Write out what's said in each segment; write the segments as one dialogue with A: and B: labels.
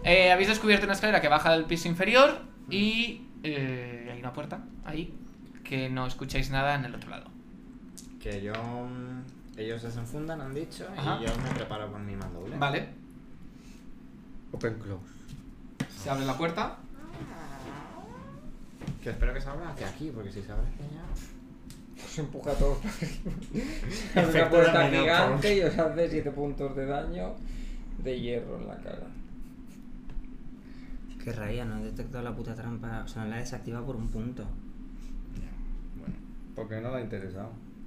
A: Habéis descubierto una escalera que baja del piso inferior y hay una puerta ahí que no escucháis nada en el otro lado.
B: Que yo... Ellos se desenfundan, han dicho,
A: Ajá.
B: y yo me preparo con mi mandoble.
A: Vale,
C: Open close.
A: se abre la puerta.
B: Que espero que se abra hacia aquí, porque si se abre hacia allá...
D: Os empuja a todos. Es una
B: Efecto
D: puerta
B: dominó,
D: gigante y os hace 7 puntos de daño de hierro en la cara.
E: Qué rabia, no he detectado la puta trampa. O sea, no la he desactivado por un punto.
B: Bueno.
C: Porque no le ha interesado.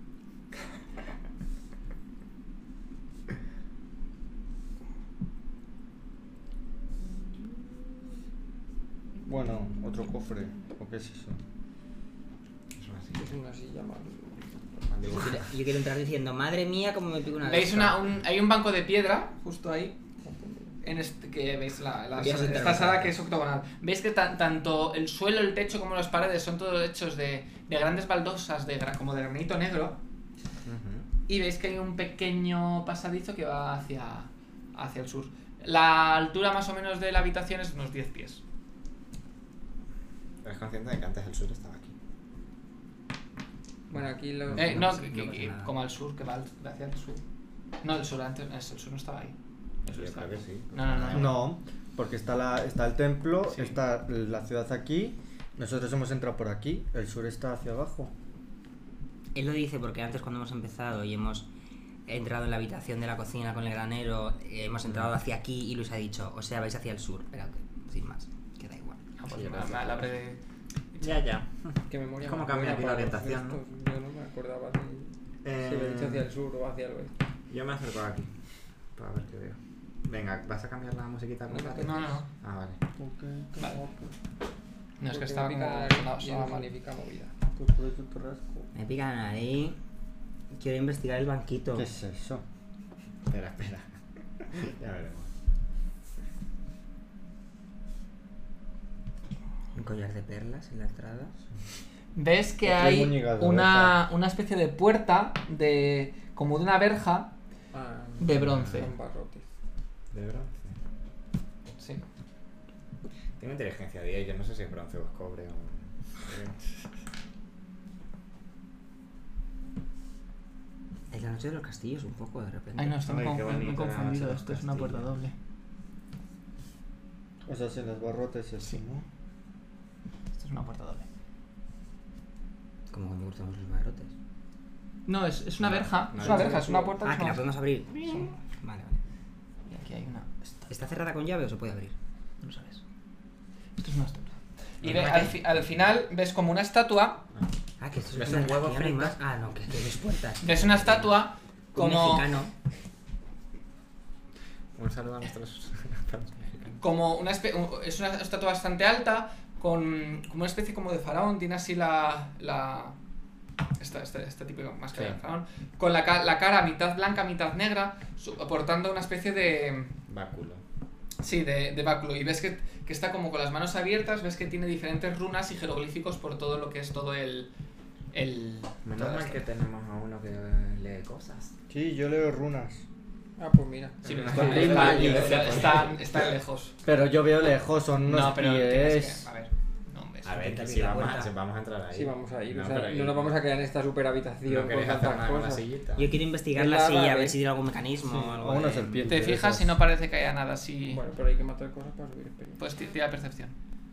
C: Bueno, otro cofre. ¿O qué es eso?
B: Eso así.
D: Es una silla más.
E: Yo quiero entrar diciendo, madre mía, cómo me pico una
A: Veis
E: vespa.
A: hay un banco de piedra justo ahí. En que veis esta sala que es octogonal. Veis que tanto el suelo, el techo como las paredes son todos hechos de grandes baldosas como de granito negro. Y veis que hay un pequeño pasadizo que va hacia el sur. La altura más o menos de la habitación es unos 10 pies.
B: ¿Eres consciente de que antes el sur estaba aquí?
D: Bueno, aquí lo.
A: No,
E: no pasa nada.
A: como al sur, que va hacia el sur. No, el sur no estaba ahí. El sur
B: Yo
A: estaba
B: creo que
A: ahí.
B: sí.
A: No.
C: No, porque está el templo,
A: Sí.
C: está la ciudad aquí. Nosotros hemos entrado por aquí. El sur está hacia abajo.
E: Él lo dice porque antes cuando hemos empezado y hemos entrado en la habitación de la cocina con el granero, hemos entrado hacia aquí y Luis ha dicho, o sea, vais hacia el sur. Pero que, sin más, que da igual.
A: Ah, pues
B: Sí,
A: la habré...
B: Ya.
D: Qué memoria
B: ¿Cómo
D: más
B: cambia
D: buena
B: aquí la
D: para los
B: orientación, no?
D: gestos. Yo no me acordaba si lo he dicho hacia el sur o hacia el oeste.
B: Yo me acerco aquí. Para ver qué veo. Venga, ¿vas a cambiar la musiquita?
A: No.
B: Ah, vale.
A: Vale. No, es que
D: Porque
A: estaba
D: me
A: como...
D: pica la nariz
A: sonaba
D: y es
A: mal.
D: magnífica movida.
E: Me pica la nariz. Quiero investigar el banquito.
C: ¿Qué es eso?
B: Espera. Ya veremos.
E: Un collar de perlas en la entrada.
A: Ves que
C: Otro
A: hay
C: moñigas de
A: una especie de puerta como de una verja de bronce.
D: Son barrotes.
B: De bronce.
A: Sí.
B: Tengo inteligencia 10, yo no sé si es bronce o es cobre o...
E: Es la noche de los castillos un poco de repente.
A: Ay, no, estoy
B: Ay, qué
A: muy
B: bonito,
A: confundido.
B: no,
A: Esto es una puerta
B: castillo.
A: doble.
C: O sea, si en los barrotes es
A: Sí.
C: ¿no?
A: Esto es una puerta doble.
E: Como cuando cortamos los barrotes.
A: No, es una verja.
B: no,
A: Es una
B: no,
A: verja, es una puerta.
E: Ah,
A: es
E: que la
A: una-
E: podemos abrir.
A: Sí.
E: Vale.
A: Y aquí hay una...
E: ¿Está cerrada con llave o se puede abrir?
A: No sabes. Esto es una estatua. Y
B: ¿No
A: ve,
B: me
A: al final ves como una estatua.
E: Ah, que esto
B: ¿Ves
E: es
B: un
E: una
B: huevo
E: estación, hay
B: frito?
E: más. Ah, no, que es puertas.
A: Ves una estatua
E: Un
A: como...
E: mexicano.
B: Un saludo a nuestros fans mexicanos.
A: Como una es una estatua bastante alta, con como una especie como de faraón, tiene así este tipo de máscara
B: Sí.
A: de faraón, con la cara mitad blanca, mitad negra, portando una especie de...
B: Báculo.
A: Sí, de báculo, y ves que está como con las manos abiertas, ves que tiene diferentes runas y jeroglíficos por todo lo que es todo el
B: Menos
A: toda la
B: mal que
A: estatua.
B: tenemos a uno que lee cosas.
C: Sí, yo leo runas.
D: Ah, pues mira.
A: Sí, pero
B: Está
A: está lejos.
C: Pero yo veo lejos, son unos
A: No, pero
C: pies.
A: tienes que... A ver, no ves.
B: A ver,
E: Intenta
B: que
E: abrir
B: si
E: la
B: vamos,
E: puerta.
B: vamos a entrar ahí.
D: Sí, vamos a ir.
B: No,
D: o sea,
B: pero ahí-
D: no nos vamos a quedar en esta super habitación
B: ¿No
D: con
B: queréis hacer
D: tantas
B: una
D: cosas.
B: sillita?
E: Yo quiero investigar
D: En
E: la
D: la
E: silla, a
D: nave.
E: ver si tiene algún mecanismo o algo.
C: O una
E: de-
C: serpiente.
A: Te
C: de
A: fijas
C: esas.
A: y no parece que haya nada así.
D: Bueno, pero hay que matar cosas para subir experiencia.
A: Pues tira percepción.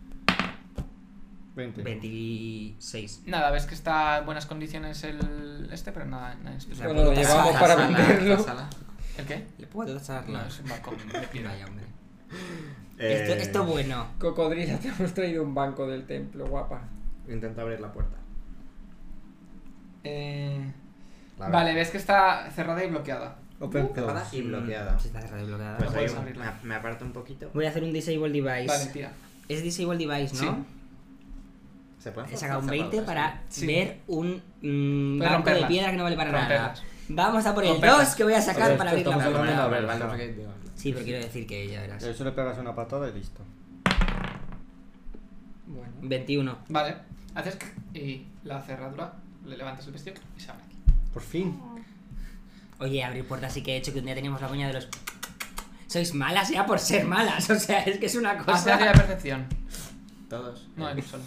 C: 20.
E: 26.
A: Nada, ves que está en buenas condiciones pero nada especial.
D: Bueno, lo
E: puta
D: llevamos
E: sala,
D: para
E: sala,
D: venderlo.
B: la sala.
A: ¿El qué?
E: ¿Le puedo tachar?
A: No, es un balcón de piedra.
E: Vaya, hombre.
B: Eh,
E: Esto bueno.
D: Cocodrila, te hemos traído un banco del templo, guapa.
B: Intenta abrir la puerta. La
A: Vale,
B: verdad.
A: ves que está cerrada y bloqueada.
C: Open
B: Cerrada
C: close.
B: y bloqueada.
E: Si está cerrada y bloqueada.
B: Pues
A: No
B: ahí
A: puedes abrirla.
B: me aparto un poquito.
E: Voy a hacer un Disable Device.
A: Vale, tira.
E: Es Disable Device, ¿no?
A: Sí.
B: ¿Se puede
E: He sacado un 20 para
A: Sí.
E: ver un
A: Puedes
E: banco de
A: romperlas.
E: piedra que no vale para nada.
A: Romperlas.
E: Vamos a por el
A: Romperlas.
E: 2 que voy a sacar
C: Pero
E: para
C: esto
E: abrir la
C: estamos
E: puerta.
C: hablando de la verja.
E: Sí, pero quiero decir que ya verás.
C: Eso le pegas una patada y listo.
D: Bueno.
E: 21.
A: Vale, haces y la cerradura, le levantas el vestido y se abre aquí.
C: Por fin.
E: Oye, abrir puertas sí que he hecho, que un día teníamos la coña de los... Sois malas ya por ser malas, o sea, es que es una
A: Hace
E: cosa...
A: de percepción.
B: Todos.
A: No, él solo.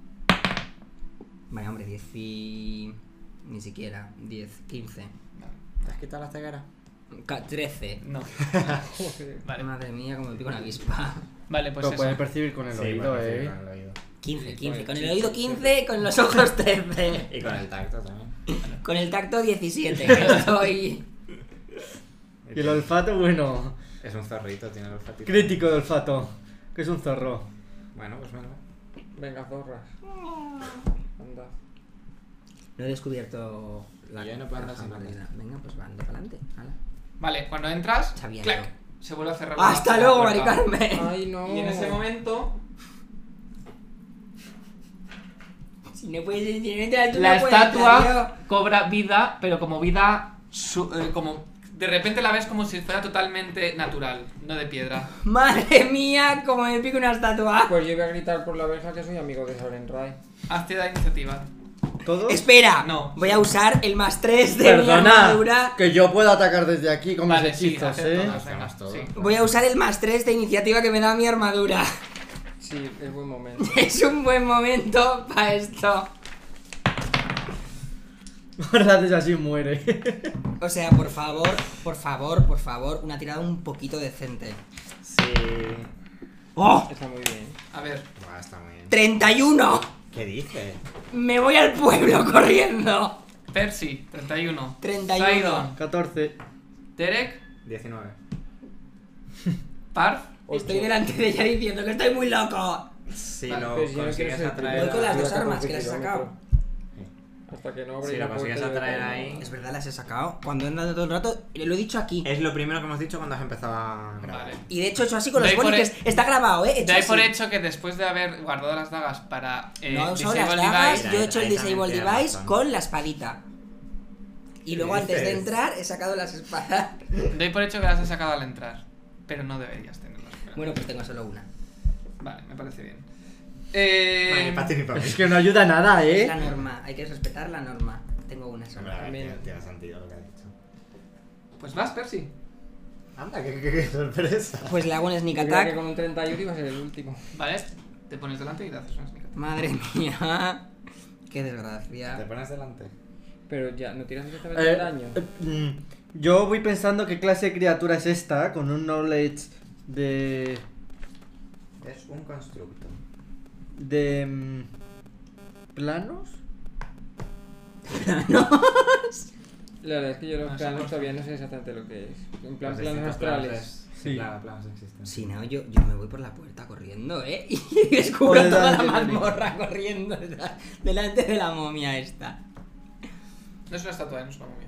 E: Vale, hombre, 10 y... Ni siquiera, 10, 15.
B: ¿Te has quitado la ceguera?
E: 13.
A: No. Vale.
E: Madre mía, como me pico una avispa.
A: Vale, pues
C: Lo
A: eso.
C: puedes percibir con el oído,
B: con el oído.
E: 15,
D: Sí,
E: 15.
D: con
E: Con
D: el
E: el oído 15, con los ojos 13.
B: Y con el tacto también.
E: Con el tacto 17, que estoy...
C: Y el olfato, bueno.
B: Es un zorrito, tiene el olfatito.
C: Crítico de olfato. Que es un zorro.
B: Bueno, pues venga.
D: Venga, zorras. Anda.
E: No he descubierto
B: Y yo no puedo andar
E: caja
B: sin
E: maldita. Venga, pues van para adelante.
A: Vale, cuando entras,
E: Sabía
A: clac,
E: yo.
A: se vuelve a cerrar
E: ¡Hasta
A: la
E: luego, Mari
A: puerta.
E: Carmen!
D: Ay, no.
A: Y en ese momento,
E: Si no puedes entrar tú,
A: la
E: no puedes entrar
A: estatua cobra vida, pero como vida. Como de repente la ves como si fuera totalmente natural, no de piedra.
E: yo. ¡Madre mía! Como me pico una estatua.
D: Pues yo voy a gritar por la verja que soy amigo de Soren Rai.
A: Hazte la iniciativa.
C: ¿Todo?
E: Espera,
A: No.
E: voy a usar el +3 de mi
C: Perdona.
E: armadura.
C: Que yo puedo atacar desde aquí con
A: Vale,
C: mis
A: sí,
C: hechizos,
A: hacer
C: ¿eh?
A: todas, venga,
B: Hacemos todo.
A: sí.
E: Voy a usar el +3 de iniciativa que me da mi armadura.
D: Sí, es buen momento.
E: Es un buen momento para esto.
C: Ahora la haces así, muere.
E: O sea, por favor, una tirada un poquito decente.
B: Sí.
E: ¡Oh!
D: Está muy bien.
A: A ver,
B: Buah, está muy bien.
E: 31.
B: ¿Qué dices?
E: Me voy al pueblo corriendo.
A: Percy, 31.
E: 31.
A: Sidon,
C: 14.
A: Derek,
B: 19.
A: Parf.
E: Estoy
D: Ocho.
E: delante de ella diciendo que estoy muy loco.
B: Si
A: Vale,
B: lo
D: Pero si yo no quiero
B: consigues
D: ser
B: atraer.
E: Voy con las
B: a-
E: dos
D: Voy a
E: armas que
D: 14
E: las he sacado.
D: kilómetros. Hasta que no abra
B: Si
D: la
B: lo consigues
D: puerta, yo
B: atraer
D: tengo-
B: ahí.
E: Es verdad, las he sacado. Cuando he andado todo el rato, lo he dicho aquí.
B: Es lo primero que hemos dicho cuando has empezado a grabar.
A: Vale.
E: Y de hecho he hecho así con los
A: Doy por
E: boniques. Está grabado, ¿eh? He hecho
A: Doy por
E: así.
A: hecho que después de haber guardado las dagas para
E: No he usado las
A: Disable
E: dagas,
A: Device,
E: yo he hecho el
B: Ahí también
E: Disable
B: tienes
E: Device
B: razón.
E: con la espadita. Y luego antes de
B: dices?
E: entrar he sacado las espadas.
A: doy por hecho que las has sacado al entrar. Pero no deberías tenerlas.
E: Bueno, pues tengo solo una.
A: Vale, me parece bien.
B: Ni para ti ni para mí.
C: Es que no ayuda nada,
E: Es
C: ¿eh?
E: la norma, hay que respetar la norma. Tengo una
B: Hombre,
E: sola.
B: a ver,
D: También.
B: tiene sentido lo que has dicho.
A: Pues vas, Percy.
B: Anda, qué sorpresa.
E: Pues le hago un sneak
D: Yo creo que
E: attack.
D: con un 31 iba a ser el último.
A: Vale, te pones delante y te haces una sneak attack.
E: Madre mía. Qué
B: ¿Te
E: desgracia.
B: pones delante?
D: Pero ya, ¿no tiras exactamente el daño?
C: Yo voy pensando qué clase de criatura es esta, con un knowledge de...
B: Es un constructo.
C: de... ¿planos?
D: La verdad es que yo los
A: No,
D: planos
A: son
D: todavía no sé exactamente lo que es. En plan,
B: Los
D: planos
B: distintos
D: astrales.
C: Sí.
B: Claro, planos existen.
E: Si no, yo me voy por la puerta corriendo, ¿eh? Y descubro
C: O
E: toda la
C: delante de mí.
E: mazmorra corriendo delante de la momia esta.
A: No es una estatua, no es una momia.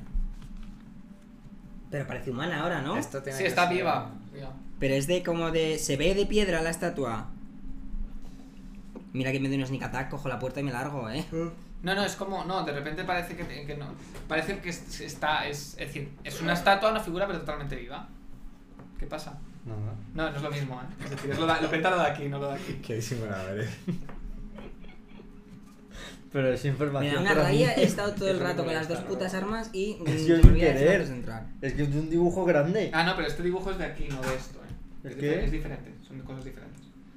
E: Pero parece humana ahora, ¿no?
B: Esto tiene
A: Sí,
B: que
A: está
B: ser-
A: viva. Cuidado.
E: Pero es de como de... ¿Se ve de piedra la estatua? Mira que me doy un sneak attack, cojo la puerta y me largo, ¿eh?
A: No, no, es como. No, de repente parece que no. Parece que está. Es decir, es una estatua, una figura, pero totalmente viva. ¿Qué pasa?
C: Nada.
A: No, no es lo mismo, ¿eh? Es decir, es lo pentado de aquí, no lo de aquí.
B: Qué disimulador eres.
C: Pero es
E: Me
C: información
E: da una
C: para mí.
E: rabia, he estado todo el
D: Eso no
E: rato
D: me
E: con las
D: gusta,
E: dos
D: la
E: putas
D: verdad.
E: armas y...
C: Es
E: se
C: yo
E: me
C: sin
E: olvida decir
C: querer.
E: antes de entrar.
C: Es que es de un dibujo grande.
A: Ah, no, pero este dibujo es de aquí, no de esto, ¿eh?
C: ¿El qué?
A: Es diferente, son cosas diferentes.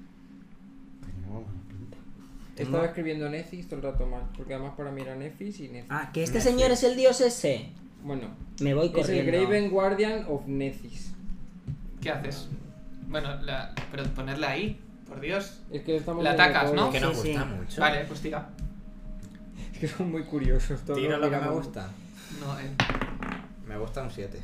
D: He estado escribiendo Nefis todo el rato mal, porque además para mí era Nefis y Nefis.
E: Ah, que este señor es el dios ese.
D: Bueno,
E: Me voy
D: es el
E: corriendo.
D: Graven Guardian of Nefis.
A: ¿Qué haces? Bueno, pero ponerla ahí, por Dios.
D: Es que estamos
A: La
D: viendo
A: atacas,
D: todo.
A: ¿no?
B: Que nos
E: Sí,
B: gusta
E: sí.
B: mucho.
A: Vale, pues tira.
D: Es que son muy curiosos todos.
B: Tiro lo que me
D: miramos.
B: gusta.
A: No,
B: Me gusta un 7.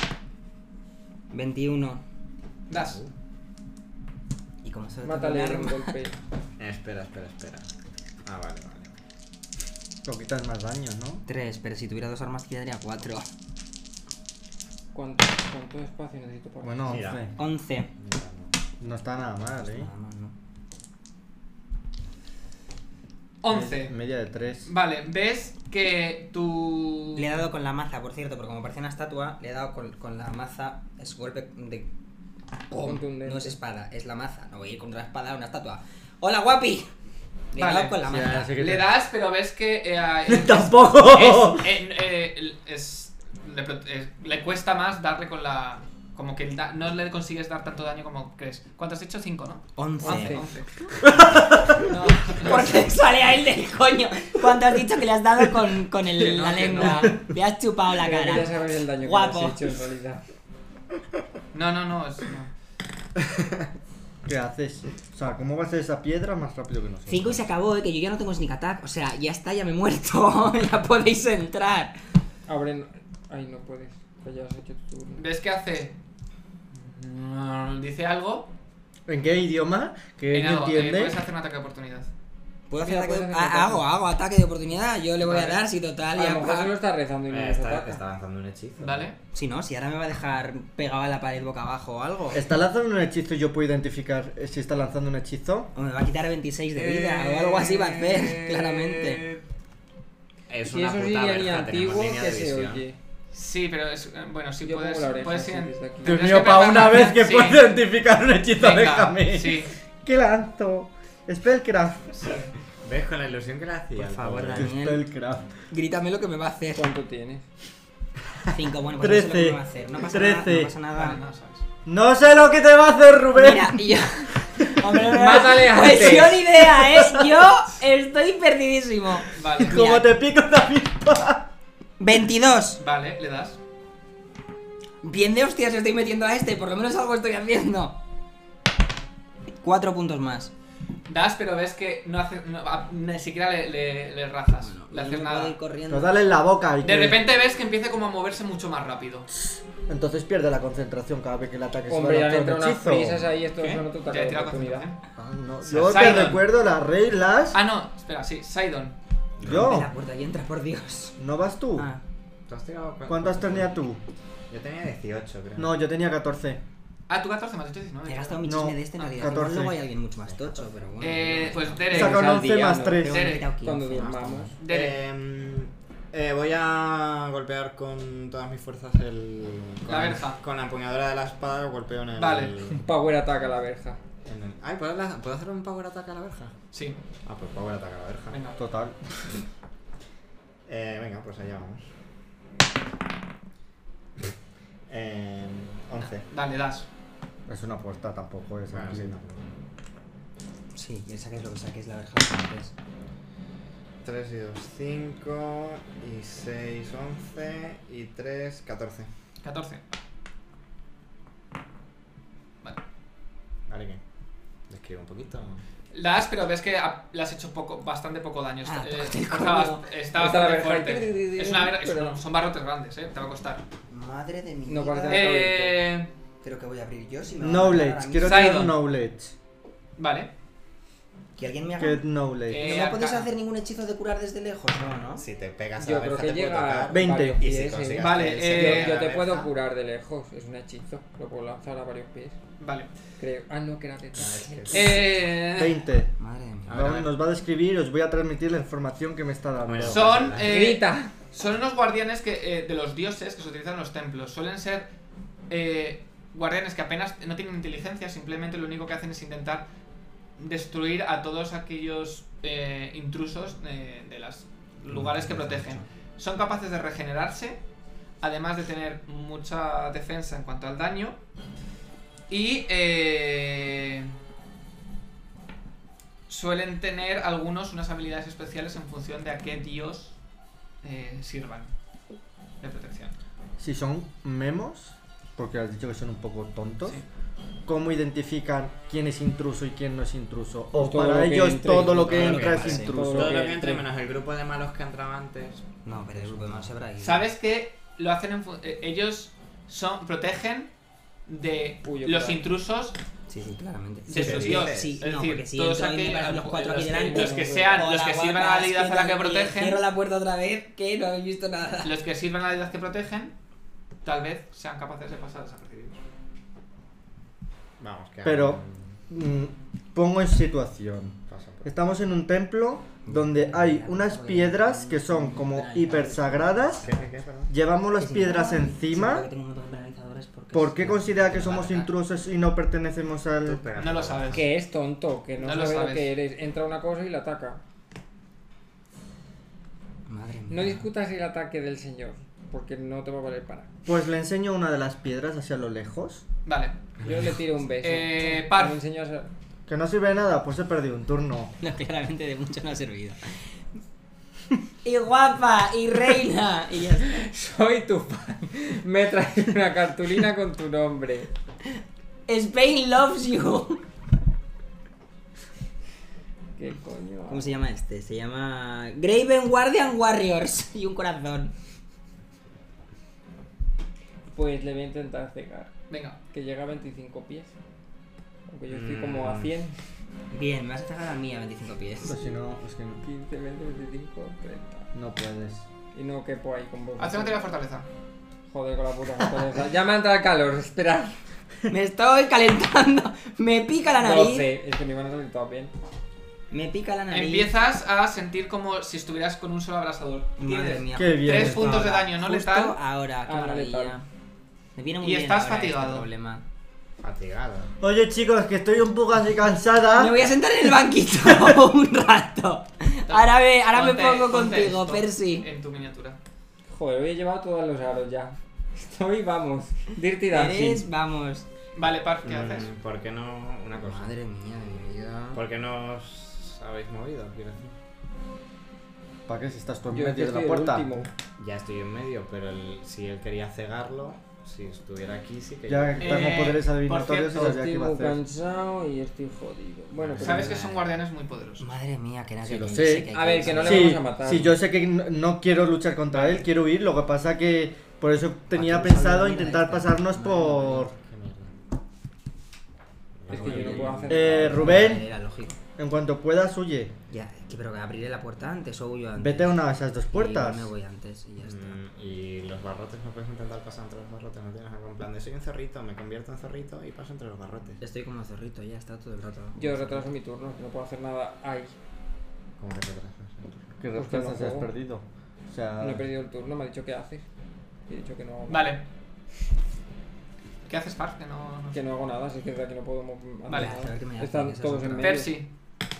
E: 21.
A: das.
E: Y como solo
D: Mátale
E: tengo
D: un
E: un arma...
D: golpe.
B: Espera. Ah, vale.
C: Lo quitas más daño, ¿no?
E: 3, pero si tuviera dos armas quedaría 4.
D: ¿Cuánto espacio necesito para
C: Bueno,
B: Mira.
C: 11.
E: 11.
B: Mira,
C: No está nada mal, ¿eh?
E: Nada más, ¿no?
A: 11.
C: Media de 3.
A: Vale, ves que tu.
E: Le he dado con la maza, por cierto, porque como parece una estatua, le he dado con la maza. Es golpe de...
D: Contundente.
E: No es espada, es la maza. No voy a ir contra la espada a una estatua. ¡Hola, guapi! Le he
A: Vale.
E: dado con la
C: Sí,
E: maza.
C: así que
A: Le
C: te-
A: das, pero ves que.
C: ¡Tampoco!
A: le cuesta más darle con la Como que no le consigues dar tanto daño como crees. ¿Cuánto has hecho? 5, ¿no?
E: 11.
A: 11.
E: No, porque sale a él del coño. ¿Cuánto has dicho que le has dado con la lengua? Le has chupado la
D: Creo que
E: cara.
D: ya sabes el daño
E: Guapo.
D: que le has hecho en realidad.
A: No.
C: ¿Qué haces? O sea, ¿cómo va a ser esa piedra más rápido que nosotros?
E: 5 y se acabó, que yo ya no tengo sneak attack. O sea, ya está, ya me he muerto. Ya podéis entrar.
D: Abre. Ay, no puedes. Que ya has hecho tu turno.
A: ¿Ves qué hace? Dice algo.
C: ¿En qué idioma? ¿Que
A: En
C: no
A: algo.
C: entiende?
A: Puedes hacer un ataque de oportunidad.
E: ¿Puedo hacer
D: Mira,
E: ataque
D: puedes
E: de...
D: hacer
E: hago ataque de oportunidad. Yo le voy a
A: Vale.
E: dar, si total,
D: A
E: ya...
D: lo mejor se lo está rezando y no nos
B: Está
D: ataca.
B: lanzando un hechizo.
A: ¿Vale?
E: Si no, si ahora me va a dejar pegado a la pared boca abajo o algo.
C: ¿Está lanzando un hechizo y yo puedo identificar si está lanzando un hechizo?
E: O me va a quitar 26 de vida o algo así va a hacer, claramente.
B: Es
D: Si
B: una
D: eso es
B: puta
D: línea
B: verja, tenemos
D: antiguo,
B: línea
D: que
B: de
D: se
B: visión.
D: oye.
A: Sí, pero es. Bueno, sí
D: Yo
A: puedes.
D: pongo la oreja
A: puedes
D: así
A: ir-
D: desde aquí.
C: Dios
A: Tendrás
C: mío,
A: que
C: para una
A: preparar-
C: vez que
A: sí.
C: puedo identificar un hechizo,
A: Venga,
C: déjame.
A: Sí.
C: ¿Qué lanzo? Spellcraft.
B: ¿Ves con la ilusión que le hacía?
E: Por
B: el
E: favor,
B: pobre?
E: Dani.
C: Spellcraft.
E: Grítame lo que me va a hacer.
D: ¿Cuánto tienes?
E: 5, bueno, pues no sé lo que
C: 13.
E: me va a hacer. No pasa nada,
C: 13.
E: no pasa nada.
A: Vale, no sabes.
C: No sé lo que te va a hacer, Rubén.
E: Mira, y yo... Hombre,
D: Mátale
E: pues
D: antes.
E: yo ni idea, ¿eh? Yo estoy perdidísimo.
A: Vale.
C: Como
E: Mira.
C: te pico una pipa.
E: 22.
A: Vale, le das.
E: Bien de hostias estoy metiendo a este, por lo menos algo estoy haciendo. 4 puntos más.
A: Das, pero ves que no hace. Ni siquiera le rajas. le haces
E: No
A: nada.
E: puedo ir corriendo.
C: Pues dale en la boca. Y
A: De
C: que-
A: repente ves que empieza como a moverse mucho más rápido.
C: Entonces pierde la concentración cada vez que el ataque
D: Hombre,
C: se va
D: ya
C: a
D: le
C: lanzar
D: entra
C: un
D: unas
C: hechizo.
D: prisas ahí, esto
A: ¿Qué?
D: son otro
A: Ya
D: ataque
A: he
D: de
A: tirado
D: oportunidad.
A: concentración.
C: Ah, no. Yo te
A: Sidon.
C: recuerdo las reglas.
A: Ah, no, espera, sí, Sidon.
E: Rompe
C: Yo.
E: la puerta y entra, por Dios.
C: ¿No vas tú?
E: Ah,
B: ¿Tú has tirado
C: ¿Cuántas tenías tú?
B: Yo tenía 18, creo.
C: No, yo tenía 14.
A: Ah, tú 14 más, yo 19.
E: he gastado mi
C: No,
E: chisme de este en realidad.
C: 14.
E: Igual luego hay alguien mucho más tocho, pero bueno.
A: Pues
C: He
A: Derek.
C: sacado un
D: al
C: 11
D: día,
C: más
D: ¿no?
C: 3.
E: Pero bueno, he
A: Derek,
E: quitado 15,
D: Cuando
E: no está
D: durmamos.
E: mal.
A: Derek.
B: Voy a golpear con todas mis fuerzas el... con
A: La verja.
B: Con la empuñadura de la espada golpeo en el...
A: Vale.
D: Un power attack a la verja.
B: en el- Ay, ¿puedo hacer un power attack a la verja?
A: Sí,
B: Ah, pues power attack a la verja.
A: venga.
C: Total.
B: Venga, pues allá vamos. 11.
A: Dale, das.
C: Es una puerta, tampoco es
B: Bueno,
C: aquí.
B: sí, no.
E: Sí, y saques lo que saques, la verja antes.
B: 3 y 2, 5 y 6, 11 y 3, 14.
A: 14. Vale.
B: Vale, ¿qué? ¿Le escribo un poquito?
A: Das, pero ves que le has hecho bastante poco daño.
E: Ah, tócate el
A: Está
E: coño.
A: está
D: Está la
A: bastante
D: verja
A: fuerte.
D: ahí.
A: Es una
D: Pero-
A: son barrotes grandes, te va a costar.
E: Madre de mi
D: No
E: vida.
D: parece-
E: Pero que voy a abrir yo si me va a
C: Knowledge.
E: matar ahora
C: Quiero
E: mismo.
C: tener
A: Sidon.
C: knowledge.
A: Vale.
E: Que alguien me haga...
C: Get knowledge.
E: ¿No me podéis
A: acá.
E: hacer ningún hechizo de curar desde lejos? No, ¿no?
B: Si te pegas a
D: Yo
B: la
D: creo
B: verja
D: que
B: te puede
D: llega a
B: tocar.
C: 20.
D: varios
B: Y si
D: pies,
B: consigues
A: Vale,
B: que él se pegue a
D: Yo
B: la
D: te
B: verja-
D: puedo curar de lejos, es un hechizo. Lo puedo lanzar a varios pies.
A: Vale.
D: Creo. Ah, no, que era
B: Ah,
D: detrás.
B: es que-
C: 20.
E: Madre mía.
B: A ver, a ver.
C: Nos va a describir y os voy a transmitir la información que me está dando.
B: Bueno.
A: Son,
D: Grita.
A: son unos guardianes que, de los dioses que se utilizan en los templos. Suelen ser guardianes que apenas no tienen inteligencia, simplemente lo único que hacen es intentar destruir a todos aquellos intrusos de los lugares que protegen. Son capaces de regenerarse, además de tener mucha defensa en cuanto al daño. Y suelen tener algunos unas habilidades especiales en función de a qué dios sirvan de protección.
C: Si son memos, porque has dicho que son un poco tontos,
A: Sí.
C: ¿cómo identifican quién es intruso y quién no es intruso? O
D: Pues todo
C: para
D: lo que
C: ellos
D: entre,
C: todo lo que
E: todo lo
C: entra
E: que
C: es
E: pase.
C: intruso.
B: Todo lo
D: que
B: que entre
D: entre.
B: menos el grupo de malos que entraba antes.
E: No, pero el grupo de manos se habrá ido.
A: ¿Sabes que lo hacen ellos protegen de
D: Uy, yo
A: los
D: creo.
A: intrusos
E: Sí, sí, claramente.
A: de
B: Sí,
A: sus
B: sí,
A: dioses?
E: Sí,
A: Es
E: no,
A: decir,
E: porque si
A: todos
E: entro y me
A: aquellos,
E: parecen los cuatro aquí
A: los
E: delante,
A: los que sean, los
E: hola,
A: que sirvan a la
E: guapas,
A: habilidad a la que
E: tal,
A: protegen,
E: Cierro la puerta otra vez, que no habéis visto nada.
A: los que sirvan a la habilidad que protegen, tal vez sean capaces de pasar desapercibidos.
B: Vamos, que
C: Pero pongo en situación.
B: Pasa, pues.
C: Estamos en un templo donde hay unas piedras que son como hiper sagradas.
B: ¿Qué, perdón?
C: Llevamos las piedras
E: Seguro
C: encima.
E: que tengo un montón de penalizadores porque
C: ¿Por qué considera que
A: Te va a
C: somos
A: atacar.
C: intrusos y no pertenecemos
B: Tú
C: al...?
B: pégate.
A: No lo sabes.
D: Que es tonto, que no,
A: No lo
D: sabe lo
A: sabes.
D: que eres. Entra una cosa y la ataca.
E: Madre mía.
D: No discutas el ataque del señor. porque no te va a valer para.
C: Pues le enseño una de las piedras hacia lo lejos.
A: Vale.
D: Yo le tiro un beso.
A: Parf.
D: Me enseño a hacer-
C: Que no sirve de nada, pues he perdido un turno.
E: No, claramente de mucho no ha servido. Y guapa, y reina, y ya está.
D: Soy tu fan. Me traes una cartulina con tu nombre.
E: Spain loves you.
D: ¿Qué coño?
E: ¿Cómo se llama este? Se llama Graven Guardian Warriors. Y un corazón.
D: Pues le voy a intentar cegar.
A: Venga.
D: Que llega a 25 pies. Aunque yo estoy como a 100.
E: Bien, me vas a cegar a mí a 25 pies.
C: Pues si no, es que
D: 15, 20, 25, 30.
C: no puedes.
D: Y no quepo ahí con vos.
A: Hazme una fortaleza.
D: Joder, con la puta fortaleza. Ya me ha entrado el calor, esperad.
E: Me estoy calentando. Me pica la nariz.
D: 12. Es que me iban a salir todas bien.
E: Me pica la nariz.
A: Empiezas a sentir como si estuvieras con un solo abrasador.
E: Madre
A: Tienes
E: mía.
C: Qué bien.
A: 3 puntos de daño, no
E: Justo
A: letal.
E: ahora, qué
D: Ah, no
E: maravilla.
D: letal.
E: Me viene muy
A: Y
E: bien
A: estás
E: ahora
A: fatigado.
E: este problema.
B: Fatigado.
C: Oye chicos, que estoy un poco así cansada.
E: Me voy a sentar en el banquito un rato. Ahora me
A: Ponte-
E: pongo
A: ponte
E: contigo,
A: esto
E: Percy.
A: En tu miniatura.
D: Joder, hoy he llevado todos los aros ya. Estoy, vamos. Dirty Dancing.
E: Eres, vamos.
A: Vale, Parf, ¿qué haces?
B: ¿Por qué no una cosa?
E: Madre mía de mi vida.
B: ¿Por qué no os habéis movido? Quiero decir.
C: ¿Para qué si estás tú en
D: Yo es que
C: medio de la
D: estoy el
C: puerta?
D: último.
B: Ya estoy en medio, pero si él quería cegarlo, si estuviera aquí sí que
C: Ya
B: yo...
C: tengo poderes adivinatorios y
A: cierto,
C: sabía qué
D: Estoy
C: iba a
D: muy
C: hacer.
D: cansado y estoy jodido. Bueno, pero
A: Sabes que son guardianes muy poderosos.
E: Madre mía, que nadie
C: Sí, lo
E: que
C: sé.
E: que
D: A ver, que no le
C: Sí,
D: vamos a matar.
C: sí, yo sé que no quiero luchar contra él, quiero huir. Lo que pasa que por eso tenía
E: ¿A quién
C: pensado
E: sabe?
C: intentar
E: Mira,
C: pasarnos
E: madre
C: por...
B: Qué mierda.
D: Es que yo no puedo hacer
C: Rubén,
E: Era lógico.
C: en cuanto puedas, huye.
E: Ya, pero que abriré la puerta antes o huyo antes.
C: Vete a una de esas dos
E: Y
C: puertas.
E: igual me voy antes y ya está.
B: Y los barrotes, no puedes intentar pasar entre los barrotes, no tienes algún plan de soy un cerrito, me convierto en cerrito y paso entre los barrotes.
E: Estoy como cerrito, ya está todo el rato.
D: Yo retraso mi turno, que no puedo hacer nada ahí.
B: ¿Cómo que retrasas?
C: Que
D: Pues que no
C: retrasas, has
D: juego.
C: perdido. O sea...
D: No he perdido el turno, me ha dicho que haces. Y he dicho que no hago
A: Vale. ¿Qué haces, Parf? Que no...
D: Que no hago nada, así que de aquí no puedo hacer
A: Vale.
D: nada.
E: A ver qué me hace,
D: Están
E: que esa es
D: todos en
E: otra.
D: medio.
A: Percy.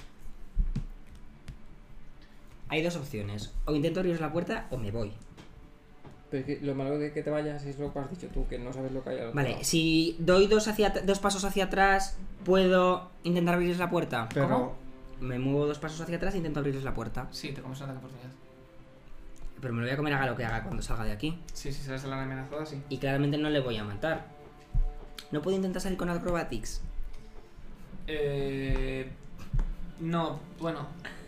E: Hay dos opciones. O intento abrir la puerta o me voy.
D: Pero es que lo malo de que te vayas es lo que has dicho tú, que no sabes lo que hay al otro
E: Vale,
D: lado.
E: si doy dos pasos hacia atrás, ¿puedo intentar abrirles la puerta?
C: Pero...
A: ¿Cómo?
E: Me muevo 2 pasos hacia atrás e intento abrirles la puerta.
A: Sí, te comes una ataque de oportunidad.
E: Pero me lo voy a comer haga lo que haga cuando salga de aquí.
A: Sí, si sales de la amenazada, sí.
E: Y claramente no le voy a matar. ¿No puedo intentar salir con acrobatics?
A: No, bueno.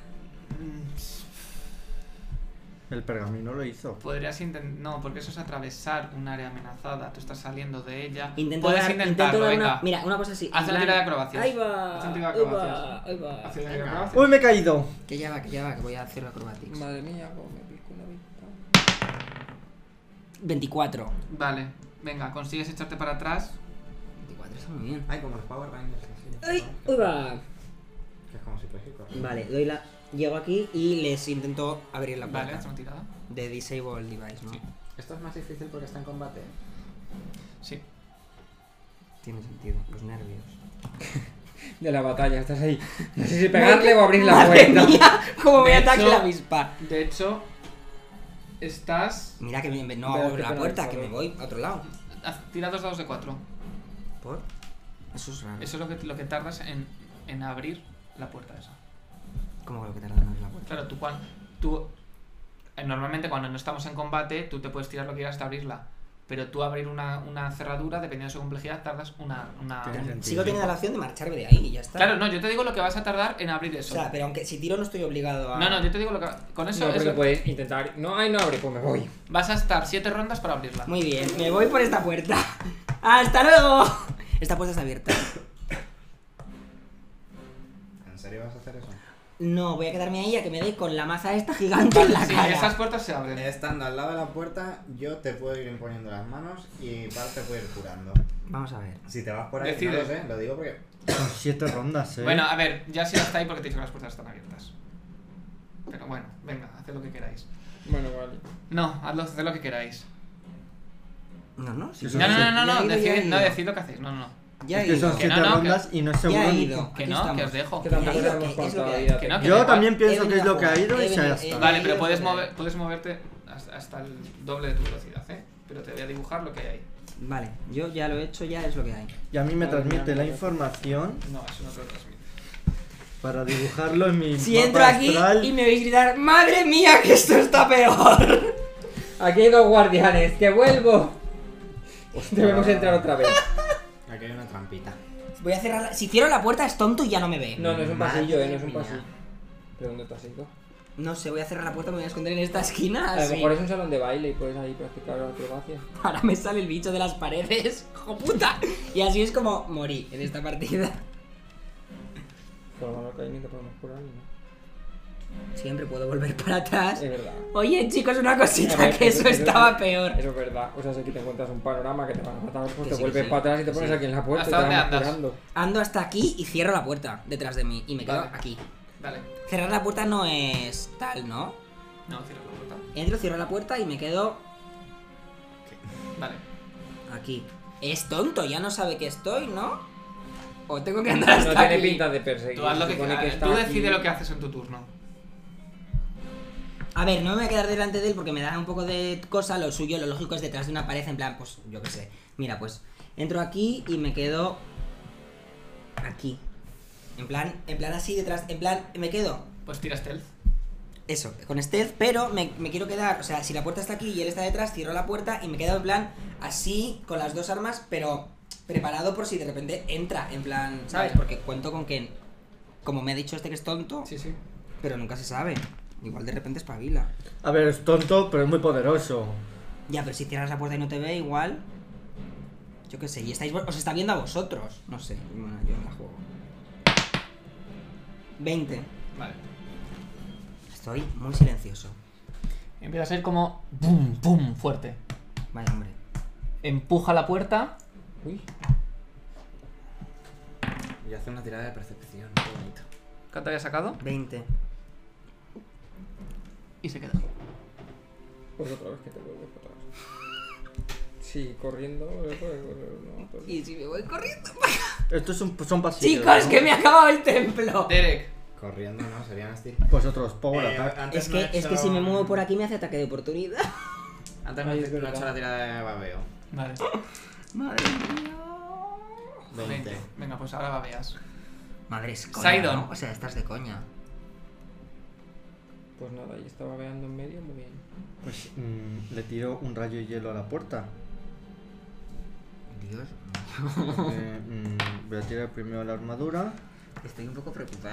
C: El pergamino lo hizo.
A: Podrías intentar... No, porque eso es atravesar un área amenazada. Tú estás saliendo de ella.
E: Intento
A: Puedes
E: dar,
A: intentarlo,
E: intento dar
A: venga.
E: una... Mira, una cosa así.
A: Haz
E: en
A: una
E: plan-
A: tirada de acrobacias.
E: Ahí va.
A: Haz una tirada de
E: Ahí va.
A: acrobacias.
E: Ahí va.
A: Haz una tirada de
B: Venga.
A: acrobacias.
C: ¡Uy, me he caído!
E: Que ya va, que voy a hacer acrobatics.
D: Madre mía, cómo me pico la vista.
E: 24.
A: Vale, venga, consigues echarte para atrás.
E: 24 está muy bien.
B: Ay, como los Power Rangers. Así,
E: ¡Ay!
B: ¿no?
E: ¡Uy va!
B: Que es como si fuese correr.
E: Vale, doy la... Llego aquí y les intento abrir la
A: Vale,
E: puerta.
A: haz una tirada.
E: De Disable Device, ¿no?
A: Sí.
B: Esto es más difícil porque está en combate.
A: Sí.
E: Tiene sentido, los nervios.
D: De la batalla, estás ahí. No sé si pegarle o abrir la
E: ¡Madre
D: puerta.
E: mía! ¡Cómo me
A: De
E: ataque
A: hecho-
E: la avispa!
A: De hecho, estás...
E: Mira que no
D: Pero
E: abro
D: qué
E: la
D: pena
E: puerta,
D: de
E: que me
D: saber.
E: voy a otro lado.
A: Tira 2 dados de 4.
E: ¿Por? Eso es raro.
A: Eso es lo que tardas en abrir la puerta esa.
E: ¿Cómo que lo que tarda en abrir la puerta?
A: Claro, normalmente cuando no estamos en combate, tú te puedes tirar lo que quieras hasta abrirla. Pero tú abrir una cerradura, dependiendo de su complejidad, tardas una...
C: Tiene sentido.
E: Sigo teniendo la opción de marcharme de ahí y ya está.
A: Claro, no, yo te digo lo que vas a tardar en abrir
E: O
A: eso.
E: sea, pero aunque si tiro no estoy obligado a...
A: No, yo te digo lo que... Con eso,
D: No, porque
A: eso
D: puedes intentar. No, ay, no abre, pues me voy.
A: vas a estar 7 rondas para abrirla.
E: Muy bien, me voy por esta puerta. ¡Hasta luego! Esta puerta está abierta.
B: ¿En serio vas a hacer eso?
E: No, voy a quedarme ahí a que me dé con la maza esta gigante en la
A: Sí,
E: cara.
A: esas puertas se abren.
B: Estando al lado de la puerta, yo te puedo ir imponiendo las manos y Par te puede ir curando.
E: Vamos a ver.
B: Si te vas por ahí,
A: Decide.
B: no lo sé, lo digo porque...
C: Son 7 rondas,
A: Bueno, a ver, ya sí está ahí porque te he dicho que las puertas están abiertas. Pero bueno, venga, haced lo que queráis.
D: Bueno, vale.
A: No, haced lo que queráis.
E: No, si
C: Eso
A: No,
C: sí.
A: decid lo que hacéis. No.
E: Ya
C: Es
E: he
C: que son
E: ido.
A: Que
C: 7
A: no, no,
C: rondas y no es
E: Ya
C: seguro
E: he
C: ni
E: ido.
A: Que
E: Aquí
A: no, que
E: estamos.
A: os dejo.
D: Que tampoco
E: Ya he ido,
D: sabemos
E: que es lo
D: cuánta
E: que hay.
D: vida
A: Que no,
D: tengo.
A: que
C: Yo
A: da
C: también
A: igual.
C: pienso que es lo que ha ido y ya está.
A: Vale, pero puedes moverte... hasta el doble de tu velocidad, ¿eh? Pero te voy a dibujar lo que hay ahí.
E: Vale, yo ya lo he hecho, ya es lo que hay.
C: Y a mí me transmite la información
A: No, eso no te lo transmite.
C: para dibujarlo en mi
E: Si
C: mapa
E: entro aquí
C: astral.
E: y me veis gritar, ¡madre mía, que esto está peor!
D: Aquí hay 2 guardianes, que vuelvo. Debemos entrar otra vez.
B: Aquí hay una trampita.
E: Voy a cerrar Si cierro la puerta es tonto y ya no me ve.
D: No, no es un
E: Madre
D: pasillo, no es un
E: mía.
D: pasillo. ¿Pero dónde te has ido?
E: No sé, voy a cerrar la puerta, me voy a esconder en esta esquina.
D: A lo
E: Así.
D: mejor es un salón de baile y puedes ahí practicar acrobacia.
E: Ahora me sale el bicho de las paredes, ¡hijo puta! Y así es como morí en esta partida.
D: Por lo menos que ahí ni te podemos curar ni nada.
E: Siempre puedo volver para atrás.
D: Es verdad.
E: Oye, chicos, una cosita,
D: A ver,
E: que eso estaba peor.
D: Eso es verdad. O sea, si aquí te encuentras un panorama que te van a matar, pues
E: Que
D: te
E: sí,
D: vuelves
E: sí.
D: para atrás y te pones
E: Sí.
D: aquí en la puerta y
A: ¿Hasta
D: te
A: dónde
D: vamos
A: andas?
D: curando.
E: Ando hasta aquí y cierro la puerta detrás de mí. Y me quedo
A: Vale.
E: aquí.
A: Vale.
E: Cerrar la puerta no es tal, ¿no?
A: No, cierra la puerta.
E: Entro, cierro la puerta y me quedo
A: Vale.
E: aquí. Es tonto, ya no sabe que estoy, ¿no? O tengo que andar hasta
D: No tiene
E: aquí.
D: pinta de perseguir.
A: Tú haz lo
D: se
A: que
D: supone
A: quieras.
D: está
A: Tú
D: aquí.
A: decides lo que haces en tu turno.
E: A ver, no me voy a quedar delante de él porque me da un poco de cosa. Lo suyo, lo lógico es detrás de una pared, en plan, pues yo qué sé. Mira, pues entro aquí y me quedo aquí. En plan así detrás, en plan, me quedo.
A: Pues tira stealth.
E: Eso, con stealth, pero me quiero quedar, o sea, si la puerta está aquí y él está detrás, cierro la puerta y me quedo en plan así, con las 2 armas, pero preparado por si de repente entra, en plan, ¿sabes?
A: Vale.
E: Porque cuento con que, como me ha dicho este que es tonto,
A: Sí, sí.
E: pero nunca se sabe. Igual de repente espabila.
C: A ver, es tonto, pero es muy poderoso.
E: Ya, pero si cierras la puerta y no te ve, igual. Yo qué sé, y os está viendo a vosotros. No sé, bueno, yo la juego. 20.
A: Vale.
E: Estoy muy silencioso.
A: Empieza a ser como pum, pum, fuerte.
E: Vaya hombre.
A: Empuja la puerta.
D: Uy,
B: Y hace una tirada de percepción. Qué bonito.
A: ¿Cuánto había sacado?
E: 20.
A: Y se queda.
D: pues otra vez que te vuelves para atrás. Sí, corriendo, puedes correr, no, pues-
E: Y si me voy corriendo.
C: Estos son pasillos.
E: Chicos,
C: ¿no?
E: que me ha acabado el templo.
A: Derek.
B: Corriendo no, serían estilo.
C: Pues otros power attack.
B: Antes
E: Es
B: no he
E: que
B: hecho-
E: si me muevo por aquí me hace ataque de oportunidad.
B: Antes no
D: Ay,
B: he
D: es
B: hecho
D: verdad.
B: la tirada de babeo.
A: Vale.
E: Madre mía.
B: 20.
A: Venga, pues ahora babeas.
E: Madre es coña,
A: Sidon.
E: ¿no? O sea, estás de coña.
D: Pues nada, ahí estaba veando en medio, muy bien.
C: Pues le tiro un rayo de hielo a la puerta.
E: Dios.
C: Voy a tirar primero la armadura.
E: Estoy un poco preocupado.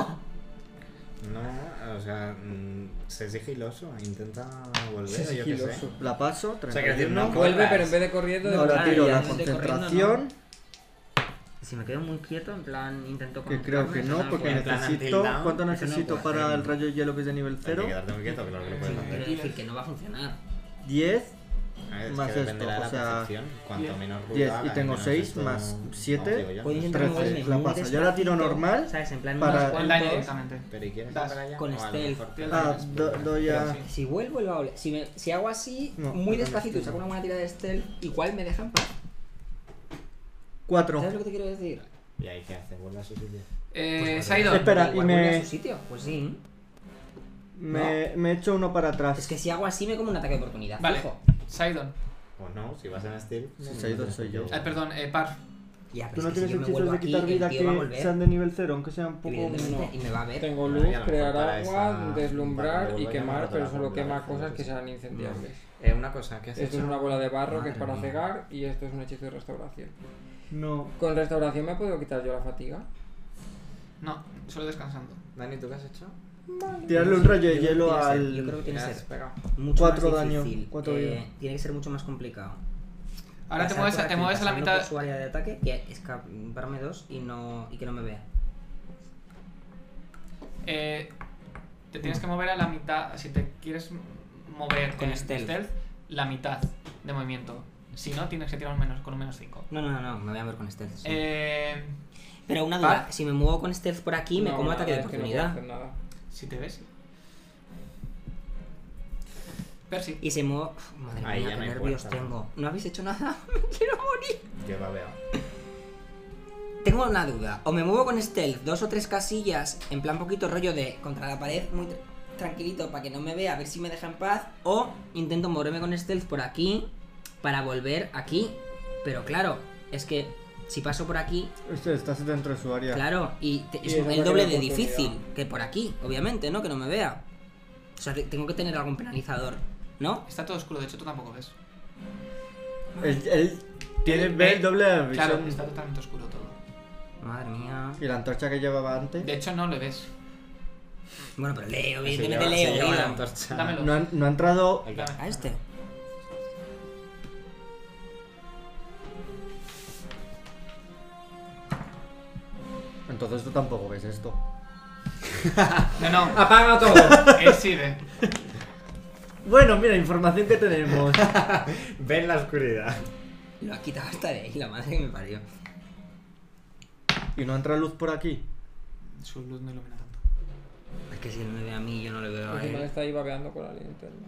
B: No, o sea, sé sigiloso, intenta volver,
D: Sí,
B: yo qué sé.
D: sigiloso.
C: La paso,
B: O sea, que decir,
C: 31.
B: no
D: Vuelve,
B: corras.
D: pero en vez de corriendo, de
C: Ahora
E: Vale,
C: tiro
E: ya
C: la
E: estoy corriendo,
C: concentración,
E: Si me quedo muy quieto, en plan, intento
C: que creo que no, porque
B: En plan
C: necesito...
B: until down,
C: ¿Cuánto
E: eso no
C: necesito
E: puedo
C: para
E: hacer,
C: el
E: ¿no?
C: rayo de hielo que es de nivel
B: Hay
C: 0?
B: que quedarte muy quieto, claro que lo puedes hacer.
E: Quiero decir que no va a funcionar.
C: 10,
B: Es
C: más
B: que depende
C: esto,
B: de la
C: o sea,
B: percepción. Cuanto menos ruido
C: 10 y
B: haga,
C: tengo
B: menos
C: 6
B: esto-
C: más
B: no,
C: 7,
B: digo yo.
E: Puedo intentar
C: 13,
E: moverme
C: la
E: muy
C: paso. Yo la tiro
E: despacito,
C: normal
E: ¿sabes? En plan,
C: para-
E: unos
A: El daño
E: cuantos.
A: directamente.
B: Pero ¿y quieres
A: Das
B: ir para allá?
E: con
B: O a lo
E: stealth.
B: mejor te-
C: Ah, doy a...
A: Sí.
E: Si vuelvo, lo hago. Si hago así,
C: No,
E: muy
C: no,
E: despacito y
C: no.
E: saco una buena tira de stealth, igual me dejan paz.
C: 4.
E: ¿Sabes lo que te quiero decir?
B: ¿Y ahí qué hace? ¿Vuelve a su sitio?
A: Sidon.
C: Espera,
E: Igual
C: y
E: vuelve a
C: me...
E: su sitio. Pues sí.
C: Me echo uno para atrás.
E: Es que si hago así me como un ataque de oportunidad.
A: Vale.
E: Fijo.
A: Sidon.
B: O no, si vas en steel.
C: Si se ha ido, soy yo.
A: Perdón, Parf.
E: Ya,
C: ¿Tú
E: pero
C: no
E: es que si
C: tienes
E: yo me
C: hechizos
E: vuelvo
C: de
E: aquí,
C: quitar vida
E: el tío va a
C: que
E: volver.
C: sean de nivel 0, aunque sean un poco...
E: Evidentemente, y me va a ver.
D: Tengo
B: Bueno,
D: luz,
B: y a lo mejor
D: crear
B: para
D: agua,
B: esa- para
D: deslumbrar
B: que
D: y
B: vuelva ya
D: quemar,
B: me
D: pero
B: roto
D: solo
B: la
D: quema
B: bola,
D: cosas que
B: sí.
D: sean incendiables.
B: Una cosa, ¿qué has
D: Esto
B: hecho?
D: es una bola de barro que es
B: Madre
D: para
B: mía.
D: cegar y esto es un hechizo de restauración.
C: No.
D: ¿Con restauración me puedo quitar yo la fatiga?
A: No, solo descansando.
B: Dani, ¿tú qué has hecho?
C: Tirarle un rayo de
E: Yo
C: hielo
E: creo que tiene que ser-
C: al...
E: Yo creo que tiene
B: ¿Qué
E: que
B: has
E: ser
B: pegado?
E: mucho
C: 4
E: más
C: daño,
E: difícil.
C: 4 daño.
E: Tiene que ser mucho más complicado.
A: Ahora te
E: Pasar
A: mueves,
E: por
A: te
E: aquí,
A: mueves a la
E: pasando
A: mitad.
E: por su área de ataque, que escaparme 2 y que no me vea.
A: Te tienes que mover a la mitad. Si te quieres mover
E: Con
A: en
E: stealth.
A: la mitad de movimiento. Si no, tienes que tirar con un menos 5.
E: No, me voy a ver con stealth. Sí. Pero una
A: Vale.
E: duda, si me muevo con stealth por aquí, me
D: No,
E: como
D: nada,
E: ataque de
D: es que no puedo
E: oportunidad.
D: hacer nada.
A: Si te ves. Percy.
E: Y se muevo. Uf, madre
B: Ahí
E: mía,
B: ya
E: qué
B: no hay
E: nervios
B: fuerza,
E: tengo. ¿No habéis hecho nada? Me quiero morir.
B: Yo babeo.
E: Tengo una duda. O me muevo con stealth 2 o 3 casillas, en plan poquito rollo de contra la pared, muy. tranquilito para que no me vea, a ver si me deja en paz. O intento moverme con stealth por aquí para volver aquí. Pero claro, es que si paso por aquí,
C: Estás dentro de su área.
E: claro, y es
D: eso
E: el
D: no
E: doble
D: tiene
E: de difícil
D: oportunidad.
E: que por aquí, obviamente, ¿no? Que no me vea. O sea, tengo que tener algún penalizador, ¿no?
A: Está todo oscuro, de hecho tú tampoco ves.
C: Él tiene ve el doble de visión.
A: Claro, está totalmente oscuro todo.
E: Madre mía.
C: Y la antorcha que llevaba antes.
A: De hecho no le ves.
E: Bueno, pero leo,
B: Se
E: evidentemente
B: lleva- se
E: leo,
B: lleva la
E: Guido.
B: antorcha.
A: Dámelo.
C: No ha entrado.
B: Ahí
A: Dame.
E: A este.
C: Entonces tú tampoco ves esto.
A: No, no,
D: ¡Apaga todo!
A: él sí ve.
C: Bueno, mira, información que tenemos.
B: Ven la oscuridad.
E: Lo ha quitado hasta de ahí, la madre que me parió.
C: ¿Y no entra luz por aquí?
A: Su luz no ilumina tanto.
E: Es que si él me ve a mí, yo no le veo a
D: Encima
E: él.
D: está ahí babeando con la linterna.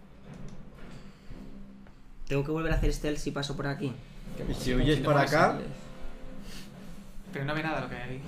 E: Tengo que volver a hacer stealth si paso por aquí.
C: ¿Y si huyes para acá?
A: Pero no ve nada lo que hay ahí.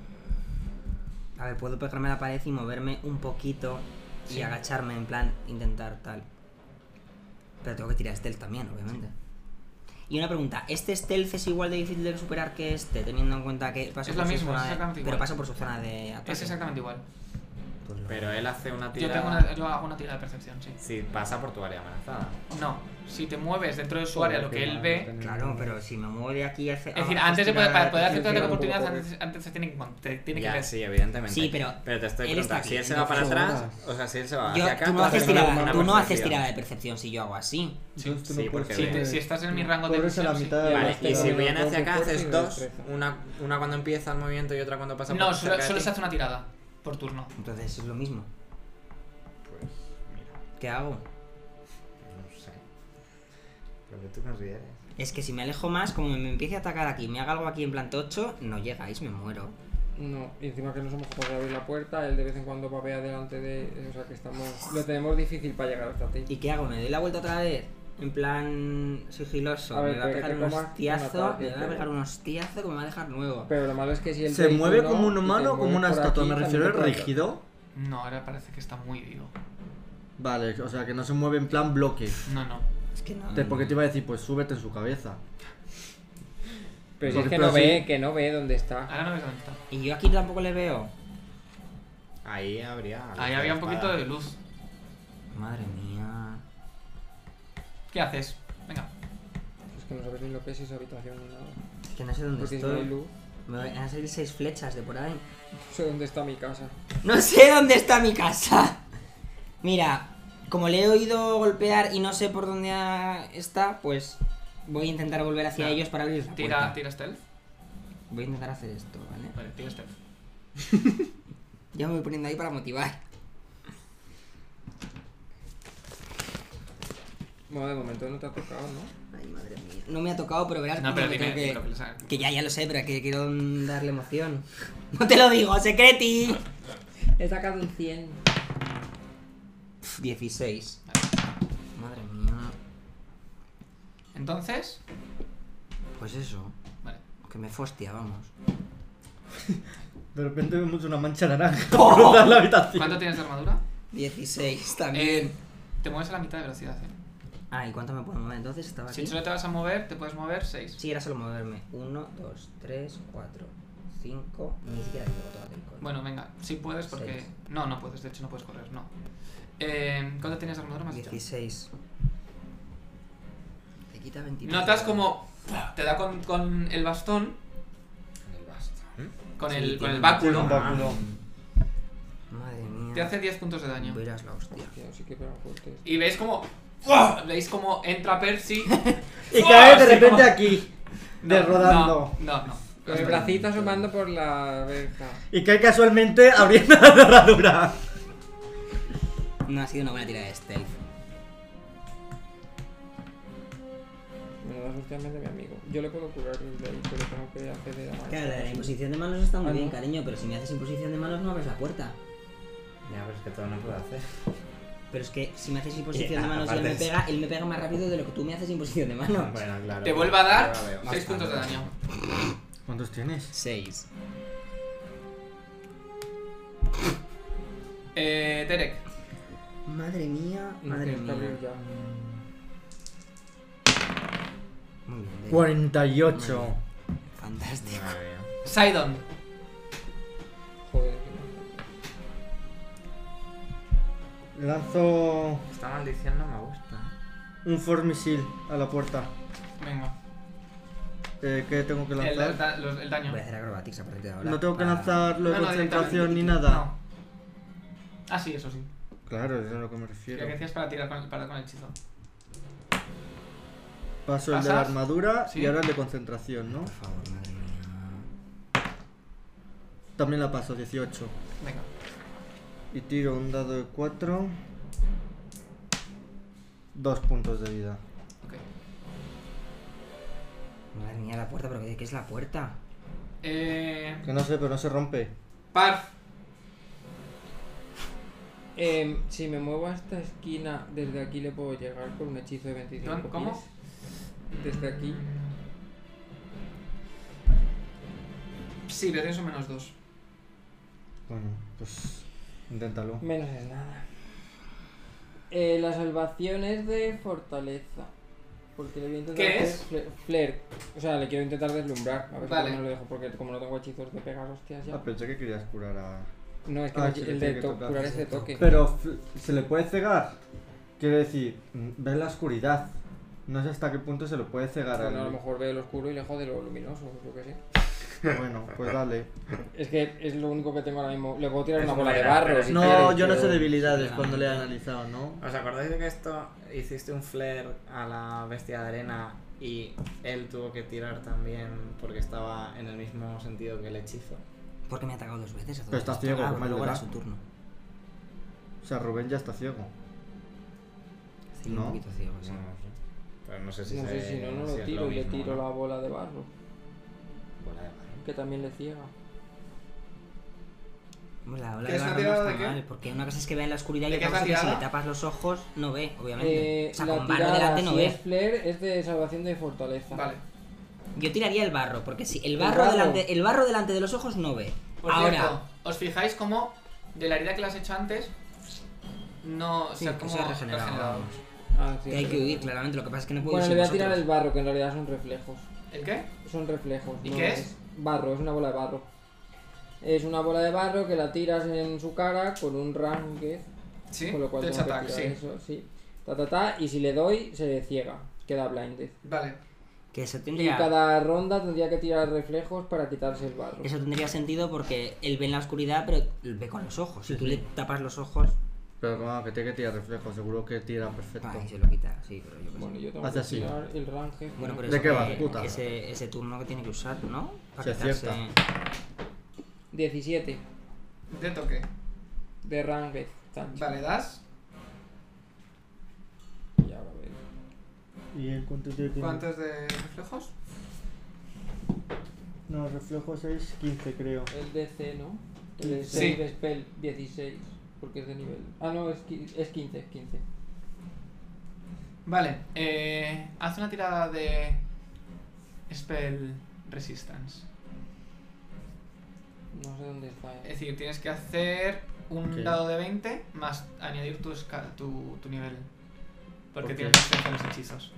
E: A ver, puedo pegarme a la pared y moverme un poquito y
A: Sí.
E: agacharme, en plan, intentar tal. Pero tengo que tirar stealth también, obviamente. Y una pregunta, ¿este stealth es igual de difícil de superar que este, teniendo en cuenta que paso
A: Es
E: por
A: lo
E: su
A: mismo,
E: zona
A: es
E: de...
A: exactamente
E: Pero
A: igual.
E: paso por su zona de ataque?
A: Es exactamente igual.
E: Pues lo-
B: Pero él hace una
A: Yo,
B: tirada.
A: yo hago una tirada de percepción, sí.
B: Sí, pasa por tu área amenazada.
A: No, si te mueves dentro de su área, lo que él ve.
E: Claro, pero si me muevo de aquí hacia...
A: Es decir, antes de poder, para poder hacer tu
D: tiene
A: ataque de
D: un poco
A: oportunidad, antes se tiene que
B: Ya,
A: ver.
B: sí, evidentemente.
E: Sí, pero
B: te estoy
E: él está
B: preguntando,
E: aquí,
B: si él se
E: no
B: va para
C: son
B: atrás,
C: horas.
B: o sea, si él se va
E: Yo,
B: hacia acá,
E: tú no,
B: puedes
E: haces
B: hacer
E: tirada,
B: una
E: tú no haces
B: percepción.
E: tirada de percepción si yo hago así.
A: Sí.
C: Entonces tú no
B: Sí,
C: puedes
B: porque-
C: correr.
A: Si estás en mi rango de
C: Corres a la
A: visión, sí.
C: mitad de
B: Vale,
C: la
B: y si
C: escena.
B: viene hacia acá
D: fuerza y
B: haces dos,
D: destreza.
B: una cuando empieza el movimiento y otra cuando pasa por
A: No,
B: cerca de
A: solo
B: ti.
A: se hace una tirada por turno.
E: Entonces es lo mismo.
B: Pues, mira,
E: ¿Qué hago?
B: no sé. Lo que tú consideres.
E: Es que si me alejo más, como me empiece a atacar aquí, me haga algo aquí en plan tocho, no llegáis, me muero.
D: No, y encima que no somos capaces de abrir la puerta, él de vez en cuando babea delante de... O sea que estamos... Lo tenemos difícil para llegar hasta ti.
E: ¿Y qué hago? ¿Me doy la vuelta otra vez? En plan sigiloso.
D: A ver,
E: me va a
D: pero que
E: pegar
D: te
E: un
D: comas un
E: hostiazo.
D: ataque,
E: Me va a
D: pero-
E: pegar un hostiazo que me va a dejar nuevo.
D: Pero lo malo es que si él
C: ¿Se
D: te dice
C: mueve
D: no,
C: como un
D: y te
C: humano o como
D: mueves
C: una
D: por
C: estatua?
D: aquí,
C: Me
D: también
C: refiero
D: te
C: a
D: puede-
C: rígido.
A: No, ahora parece que está muy vivo.
C: Vale, o sea que no se mueve en plan bloque.
A: No, no.
E: Es que no.
C: Porque te iba a decir, pues súbete en su cabeza.
D: Pero si es
C: Porque-
D: que
C: pero
D: no
C: sí.
D: ve, que no ve dónde está.
A: Ahora no ves dónde está.
E: Y yo aquí tampoco le veo.
B: Ahí habría.
A: Ahí había un poquito de luz.
E: Madre mía.
A: ¿Qué haces? Venga.
D: Es que no sabes ni lo que es esa habitación ni nada.
E: Es que no sé dónde
D: Porque si no hay
E: estoy.
D: luz,
E: Me van a salir 6 flechas de por ahí.
D: no sé dónde está mi casa.
E: No sé dónde está mi casa. Mira, como le he oído golpear y no sé por dónde está, pues voy a intentar volver hacia
A: Nada.
E: ellos para abrir la
A: Tira,
E: puerta.
A: tira stealth.
E: Voy a intentar hacer esto, ¿vale?
A: Vale, tira stealth.
E: Ya me voy poniendo ahí para motivar.
D: Bueno, de momento no te ha tocado, ¿no?
E: Ay, madre mía. No me ha tocado, pero verás
A: No,
E: cómo
A: pero
E: me
A: dime
E: tengo
A: lo que les haga.
E: que ya lo sé, pero que quiero darle emoción. No te lo digo, secreti.
D: He sacado un 100.
E: 16. Madre mía.
A: Entonces,
E: Pues eso.
A: vale.
E: Que me fostia, vamos.
C: De repente vemos una mancha naranja cruzar la habitación.
A: ¿Cuánto tienes de armadura?
E: 16 también.
A: Te mueves a la mitad de velocidad,
E: Ah, ¿y cuánto me puedo mover? Entonces estaba
A: Si
E: aquí.
A: solo te vas a mover, te puedes mover 6.
E: Sí, era solo moverme. 1, 2, 3, 4, 5. Ni siquiera llego todo el coche.
A: Bueno, venga, sí puedes porque...
E: Seis.
A: No, no puedes, de hecho no puedes correr, no. ¿Cuánto tienes de armadura? ¿Me has dicho?
E: 16. Te quita 29.
A: Notas como te da con el bastón,
B: En el bastón.
A: con
E: Sí,
A: el
E: tiene un
A: báculo,
C: Un báculo.
E: Madre mía.
A: te hace 10 puntos de daño.
E: Verás la hostia.
D: Tío, sí que pegan fuertes.
A: Y veis como... ¡Uah! Veis como entra Percy.
C: Y cae de
A: Sí,
C: repente
A: como-
C: aquí, desrodando.
A: No.
D: Con el bracito asomando por la verja.
C: Y cae casualmente abriendo la cerradura.
E: No ha sido una buena tira de stealth.
D: Me lo das hostiamente mi amigo. Yo le puedo curar desde ahí, pero tengo que acceder a...
E: Claro, la imposición de manos está muy
D: Ah,
E: bien,
D: no.
E: cariño, pero si me haces imposición de manos no abres la puerta.
B: Ya, pero es que todo no puedo hacer.
E: Pero es que si me haces imposición
B: Y,
E: de manos y
B: aparte
E: él me pega más rápido de lo que tú me haces imposición de manos.
B: Bueno, claro.
A: Te vuelve a dar
B: Ahora veo.
A: 6 puntos de daño.
C: ¿Cuántos tienes?
E: 6.
A: Derek,
E: Madre mía,
D: No
E: madre
D: tienes que abrir
E: mía.
D: ya.
E: Muy bien, Dave.
C: 48.
E: Fantástico.
B: Madre mía.
A: Sidon.
D: Joder,
C: Lanzo
B: Esta maldición no me gusta.
C: un Force Missile a la puerta.
A: Venga.
C: ¿Qué tengo que
A: El,
C: lanzar?
A: el daño.
E: Voy a hacer acrobatics a partir de ahora.
C: No tengo que
E: para-
C: lanzar lo de
A: No,
C: concentración ni
A: directamente.
C: nada.
A: No. Ah, sí, eso sí.
C: Claro, eso es a lo que me
A: ¿Qué
C: refiero.
A: decías para tirar con el hechizo?
C: Paso el de la
A: ¿Pasas?
C: armadura
A: Sí.
C: y ahora el de concentración, ¿no?
E: Por favor, madre mía.
C: También la paso, 18.
A: Venga.
C: Y tiro un dado de 4. 2 puntos de vida.
A: Ok.
E: Madre mía, la puerta, pero ¿qué es la puerta?
C: Que no sé, pero no se rompe.
A: Parf.
D: si me muevo a esta esquina, desde aquí le puedo llegar con un hechizo de 25
A: ¿Cómo?
D: pies. Desde aquí.
A: Sí, pero tienes un -2.
C: Bueno, pues inténtalo.
D: Menos es nada. La salvación es de fortaleza. Porque le voy a intentar
A: ¿Qué
D: hacer
A: es?
D: Flare. O sea, le quiero intentar deslumbrar. A ver
A: Vale.
D: si no lo dejo. Porque como no tengo hechizos de pegar hostias ya.
C: Ah, pensé que querías curar a...
D: No, es que
C: Ah, sí,
D: el
C: tiene
D: de
C: que tocar.
D: curar es de toque.
C: Pero, ¿se le puede cegar? Quiere decir, ve la oscuridad. No sé hasta qué punto se lo puede cegar
D: Bueno, a lo
C: al...
D: mejor ve lo oscuro y le jode lo luminoso, yo que sé.
C: Bueno, pues dale.
D: Es que es lo único que tengo ahora mismo. Le puedo tirar
B: Es
D: una
B: una
D: bola de
B: era,
D: barro.
B: pero
D: si
C: No,
D: quieres,
C: yo no sé
D: pero-
C: debilidades cuando le he analizado, ¿no?
B: ¿Os acordáis de que esto hiciste un flare a la bestia de arena y él tuvo que tirar también porque estaba en el mismo sentido que el hechizo?
E: Porque me ha atacado 2 veces.
C: Pero está ciego,
E: Ah,
C: ¿qué más
E: luego
C: le
E: era
C: da?
E: su turno.
C: O sea, Rubén ya está ciego.
E: Sí,
C: ¿No?
E: un poquito ciego, sí.
B: No sé. Pero no sé si
D: No sé si no, no
B: si
D: lo
B: es
D: tiro y le
B: mismo,
D: tiro
B: ¿no?
D: la bola de barro.
B: Bola de barro.
D: Que también le ciega.
E: Hombre, la ola
A: ¿Qué
E: de
A: es la
E: barro no
A: tirada
E: está
A: de qué?
E: mal, porque una cosa es que vea en la oscuridad y
A: ¿De qué
E: otra
A: es la
E: cosa es que si le
A: tirada?
E: tapas los ojos no ve, obviamente. O sea,
D: La
E: con barro
D: tirada,
E: delante no
D: si
E: ve.
D: es flare, es de salvación de fortaleza.
A: Vale.
E: Yo tiraría el barro, porque si el
D: ¿El
E: barro,
D: barro?
E: delante de los ojos no ve.
A: Por
E: Ahora,
A: cierto, ¿os fijáis cómo de la herida que le has hecho antes no
E: sí,
A: se ha
E: que
A: como
E: se ha regenerado. vamos.
D: Ah, sí,
E: Que hay
D: sí.
E: que huir, claramente. Lo que pasa es que no puedo
D: Bueno,
E: ir
D: le
E: sin
D: voy a tirar
E: vosotros.
D: el barro, que en realidad son reflejos.
A: ¿El qué?
D: Son reflejos.
A: ¿Y
D: no
A: qué es?
D: Barro, es una bola de barro. Es una bola de barro que la tiras en su cara con un range.
A: Sí,
D: Con lo cual
A: Touch
D: tengo que
A: attack,
D: tirar
A: sí.
D: eso, sí. Y si le doy, se ciega. Queda blinded.
A: Vale.
E: Que eso
D: Y
E: tendría,
D: cada ronda tendría que tirar reflejos para quitarse el barro.
E: eso tendría sentido porque él ve en la oscuridad, pero él ve con los ojos. Si
C: Sí,
E: tú
C: sí.
E: le tapas los ojos,
C: Pero como que tiene que tirar reflejo, seguro que tira perfecto.
E: ay, se lo quita. Sí, pero yo qué sé.
D: Bueno, yo tengo
C: Hace
D: que
C: así.
D: tirar el range.
E: Bueno, pero
C: ¿De
E: eso
C: qué
E: que-
C: vas, puta?
E: ese turno que tiene que usar, ¿no?
C: Se acierta.
D: 17
A: De toque.
D: de range. Tancho.
A: Vale, das.
D: Y ahora a ver.
C: ¿Y en cuánto tiene que...?
A: ¿Cuántos de reflejos?
C: No, reflejos es 15, creo.
D: El DC, ¿no? El
A: Sí.
D: save spell 16. Porque es de nivel. Ah, no, es 15.
A: Vale, haz una tirada de Spell Resistance.
D: No sé dónde está.
A: Es decir, tienes que hacer un
C: Ok.
A: dado de 20 más añadir tu nivel. Porque
C: Ok.
A: tienes resistencia a los hechizos.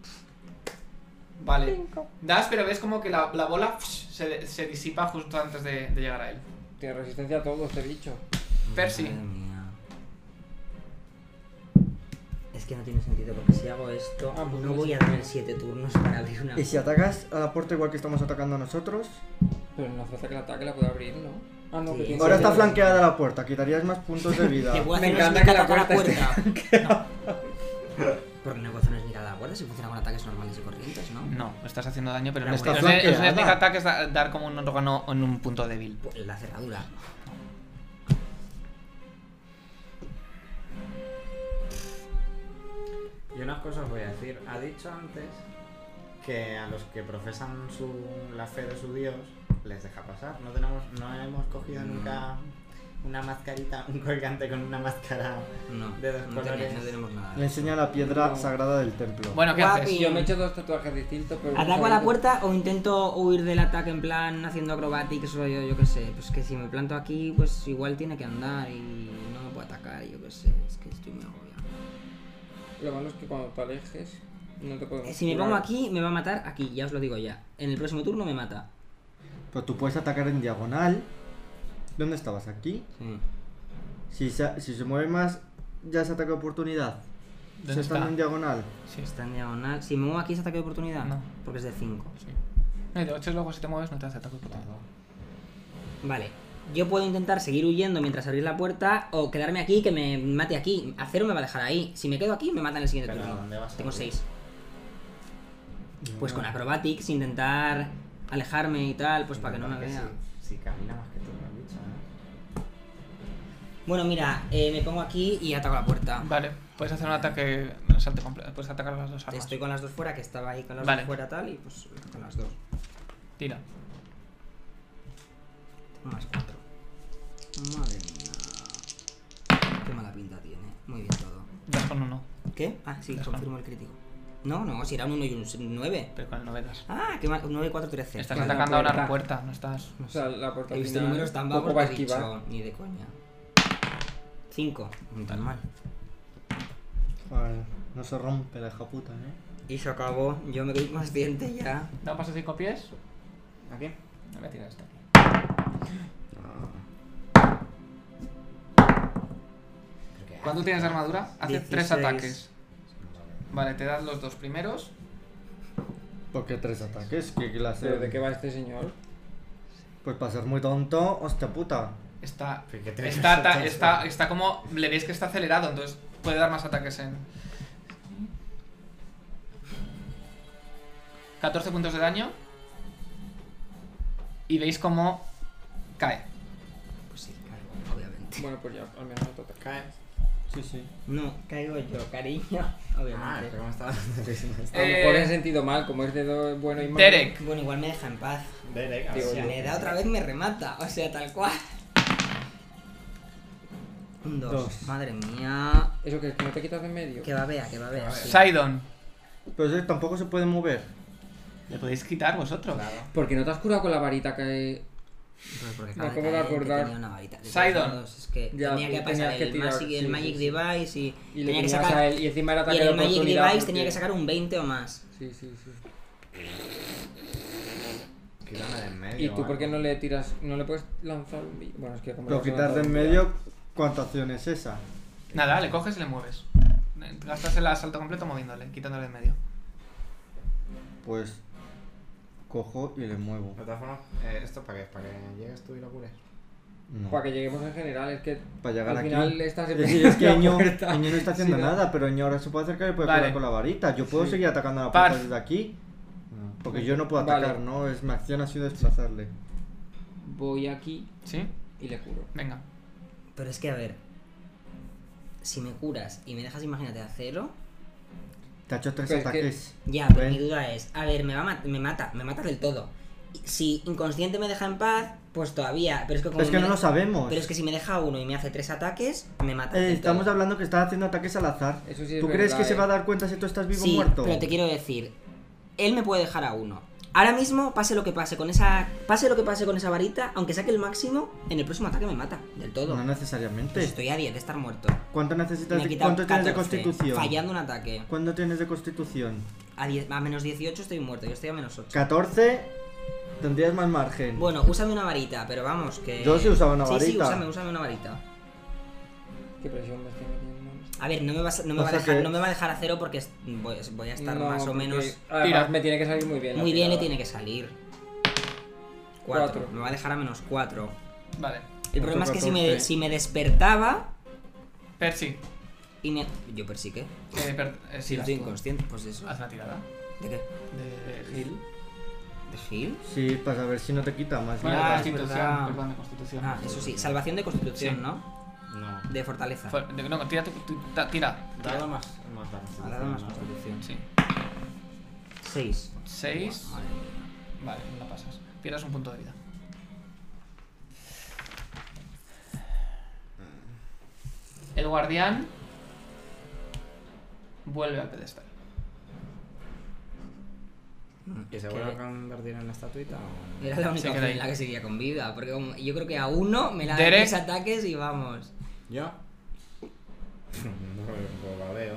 A: Vale. Das, pero ves como que la bola se disipa justo antes de llegar a él.
D: Tiene resistencia a todo este bicho.
A: Percy.
E: Madre mía. Es que no tiene sentido porque si hago esto,
D: Ah, pues
E: no
D: no
E: voy
D: sé.
E: a tener 7 turnos para abrir una.
C: ¿Y si atacas a la puerta igual que estamos atacando a nosotros?
D: Pero no hace falta que el ataque la pueda abrir, ¿no? Ah, no,
E: Sí.
D: que tiene
C: Ahora está
D: que-
C: flanqueada la puerta, quitarías más puntos de vida.
E: Que puedo
D: Me
E: hacer
D: encanta
E: una
D: que la
E: ataque a la
D: puerta
E: puerta. Porque no puedo hacer una sneak a la puerta si funciona con ataques normales y corrientes, ¿no?
A: No, estás haciendo daño, pero
E: La
A: no es,
E: puerta
A: no es-
C: flanqueada.
A: es un sneak attack, es dar como un órgano en un punto débil.
E: Pues la cerradura.
B: Y unas cosas voy a decir. Ha dicho antes que a los que profesan la fe de su dios les deja pasar. No hemos cogido nunca una mascarita, un colgante con una máscara
E: No,
B: de dos
E: no
B: colores.
E: tenemos nada.
C: Le enseña la piedra
D: No.
C: sagrada del templo.
A: Bueno, ¿qué
E: Guapi.
A: haces?
D: Yo me he hecho 2 tatuajes distintos, pero...
E: ¿Ataco a la puerta o intento huir del ataque en plan haciendo acrobatics o yo qué sé? Pues que si me planto aquí, pues igual tiene que andar y no me puede puedo atacar, yo qué sé, es que estoy muy agobiado.
D: Lo malo es que cuando te alejes no te podemos
E: Si me
D: curar.
E: pongo aquí, me va a matar aquí, ya os lo digo ya. En el próximo turno me mata.
C: Pero tú puedes atacar en diagonal. ¿Dónde estabas? ¿Aquí?
E: Sí.
C: Si se mueve más, ya es ataque de oportunidad.
A: ¿Dónde
C: ¿Se están
A: está?
C: en diagonal?
A: Sí,
E: Está en diagonal. Si me muevo aquí es ataque de oportunidad.
A: No.
E: Porque es de 5.
A: sí. No, y de 8 luego si te mueves no te hace ataque por todo.
E: Vale. Yo puedo intentar seguir huyendo mientras abrir la puerta o quedarme aquí que me mate aquí. Acero me va a dejar ahí. Si me quedo aquí, me mata en el siguiente
B: Pero,
E: turno.
B: ¿dónde vas a
E: Tengo
B: ir?
E: 6. Pues con Acrobatics intentar alejarme y tal, pues para que no me vea.
B: Si camina más que tú, me has dicho,
E: Bueno, mira, me pongo aquí y ataco la puerta.
A: Vale, puedes hacer un ataque salte completo. Puedes atacar las dos armas.
E: Estoy con las dos fuera, que estaba ahí con las
A: Vale.
E: dos fuera tal, y pues con las dos.
A: Tira.
E: Tengo más 4. Madre mía. Qué mala pinta tiene. Muy bien todo.
A: Das con 1,
E: ¿Qué? Ah, sí,
A: Eso.
E: confirmo el crítico. No, si era un 1 y un 9.
A: pero con el 9 das.
E: Ah, qué mal. 9, 4, 13.
A: Estás
D: Vale,
A: atacando a una
D: puerta.
A: puerta, no estás.
D: O sea, la puerta
E: He visto
D: final
E: números tan
D: poco
E: bajos
D: va a
E: que he
D: esquivar.
E: dicho, ni de coña. 5. No tan mal.
C: Joder, no se rompe la hija puta,
E: Y se acabó. Yo me quedé consciente ya.
A: ¿No pasas 5 pies?
B: ¿Aquí?
A: Me voy a tirar este aquí. ¿Cuánto tienes de armadura? Hace 3
E: 16.
A: ataques. Vale, te das los 2 primeros.
C: ¿Por qué 3 ataques? ¿Qué clase?
D: ¿Pero de qué va este señor?
C: Pues para ser muy tonto, hostia puta.
A: Está,
B: ¿Pero qué tres
A: está como. Le veis que está acelerado, entonces puede dar más ataques en. 14 puntos de daño. Y veis cómo cae.
E: Pues sí, caigo, obviamente.
D: Bueno, pues ya, al menos no te ataca.
B: ¿Caes?
C: Sí, sí.
E: No, caigo yo, cariño.
B: Ah,
E: Obviamente.
B: pero ¿cómo estabas diciendo esto?
D: A lo mejor he sentido mal, como es de bueno y malo.
A: Derek.
E: Bueno, igual me deja en paz.
B: Derek, a
D: Digo,
B: ver
E: Si
B: si-
E: me da otra vez me remata, o sea, tal cual. Un 2.
C: Dos.
E: Madre mía.
D: Eso que no te quitas de en medio.
E: Que babea, sí.
A: Sidon.
C: Pero ese tampoco se puede mover.
A: Le podéis quitar vosotros.
B: Claro.
D: ¿Por qué no te has curado con la varita que...?
E: Pues porque
D: Me
E: acaba
D: acabo
E: de
D: de
E: caer, que
D: acordar.
E: tenía una varita. De
A: Sidon.
E: todos modos, es que
D: Ya,
E: tenía que
D: tenías
E: pasar
D: que
E: el,
D: tirar,
E: Magic, el
D: sí,
E: Magic
D: sí, sí.
E: Device y
D: Y le
E: tenía que
D: tenías
E: sacar...
D: a él, y encima era
E: Y
D: ataque
E: en
D: de
E: el Magic
D: oportunidad.
E: Device
D: porque-
E: tenía que sacar un 20 o más.
D: Sí, sí, sí.
B: Quítame de en medio.
D: ¿Y tú por qué
B: algo.
D: no le tiras, no le puedes lanzar un bicho? Bueno, es que como
C: Pero
D: le vas a
C: quitar de
D: lanzar
C: en
D: un
C: medio, ¿cuánta acción es esa?
A: Nada, le coges y le mueves. Gastas el asalto completo moviéndole, quitándole en medio.
C: Pues cojo y le muevo.
B: De todas formas, ¿esto para qué? ¿Para que llegues tú y lo cures?
C: No.
D: Para que lleguemos en general, es que
C: Para llegar
D: al
C: aquí.
D: final estás
C: Es decir, es que
D: la
C: Ño
D: puerta.
C: no está haciendo
D: Sí, ¿no?
C: nada, pero Ño ahora se puede acercar y puede
A: Vale.
C: pegar con la varita. Yo puedo
D: Sí.
C: seguir atacando a la
A: Par.
C: puerta desde aquí. Porque yo no puedo
D: Vale.
C: atacar, ¿no? Es, mi acción ha sido desplazarle.
D: Voy aquí
A: ¿Sí?
D: y le curo.
A: Venga.
E: Pero es que, a ver... Si me curas y me dejas, imagínate, a 0...
C: Te ha hecho 3
D: Pero es que-
C: ataques.
E: Ya, pero
C: Ven.
E: mi duda es... A ver, me mata del todo. Si inconsciente me deja en paz, pues todavía... Pero es que como
C: Es que
E: me
C: no lo
E: de-
C: sabemos.
E: Pero es que si me deja uno y me hace 3 ataques, me mata del
C: Estamos
E: todo.
C: hablando que estás haciendo ataques al azar.
D: Eso sí es
C: ¿Tú crees
D: verdad,
C: que se va a dar cuenta si tú estás vivo o
E: Sí,
C: muerto?
E: pero te quiero decir... Él me puede dejar a 1. Ahora mismo, pase lo que pase con esa varita, aunque saque el máximo, en el próximo ataque me mata del todo.
C: No necesariamente.
E: Pues estoy a 10 de estar muerto.
C: ¿Cuánto necesitas
E: Me he
C: de,
E: quitado
C: ¿Cuánto tienes de
E: 14,
C: constitución?
E: fallando un ataque.
C: ¿Cuánto tienes de constitución?
E: A menos 18 estoy muerto, yo estoy a menos 8.
C: 14. Tendrías más margen.
E: Bueno, úsame una varita, pero vamos, que...
C: Yo sí usaba una
E: Sí,
C: varita.
E: úsame una varita.
D: ¿Qué presión me estoy metiendo?
E: A ver, no me va
C: O sea que-
E: no me va a dejar a 0 porque voy a estar
D: No,
E: más o
D: porque
E: menos...
D: además
A: Tira.
D: me tiene que salir muy bien. la
E: Muy bien le
D: tirada.
E: tiene que salir. 4.
D: Cuatro.
E: Me va a dejar a menos 4.
A: Vale.
E: El problema es que
C: 14.
E: si me despertaba
A: Percy.
E: y me... Yo persiqué.
A: Sí,
E: Estoy inconsciente, pues eso.
A: Haz una tirada.
E: ¿De qué?
A: De Gil.
E: ¿De heal?
C: Sí, para saber si no te quita más.
A: Bueno,
E: Ah,
A: de
E: es
A: constitución.
E: verdad.
A: Perdón, de constitución.
E: Ah, eso sí. Salvación de constitución,
A: Sí.
E: ¿no?
B: No.
E: De fortaleza.
A: No, tira. Tira.
B: Dado más la
E: Ha dado más
B: ¿no?
E: constitución.
A: Sí.
E: 6.
A: 6.
E: Madre mía.
A: Vale, no la pasas. Pierdas un punto de vida. El guardián vuelve al pedestal.
B: ¿Y se vuelve a convertir en la estatuita o...?
E: Era la única
A: Se queda
E: opción
A: ahí.
E: en la que seguía con vida. Porque yo creo que a 1 me la dan
A: Derek.
E: 3 ataques y vamos.
B: ¿Yo? No, babeo.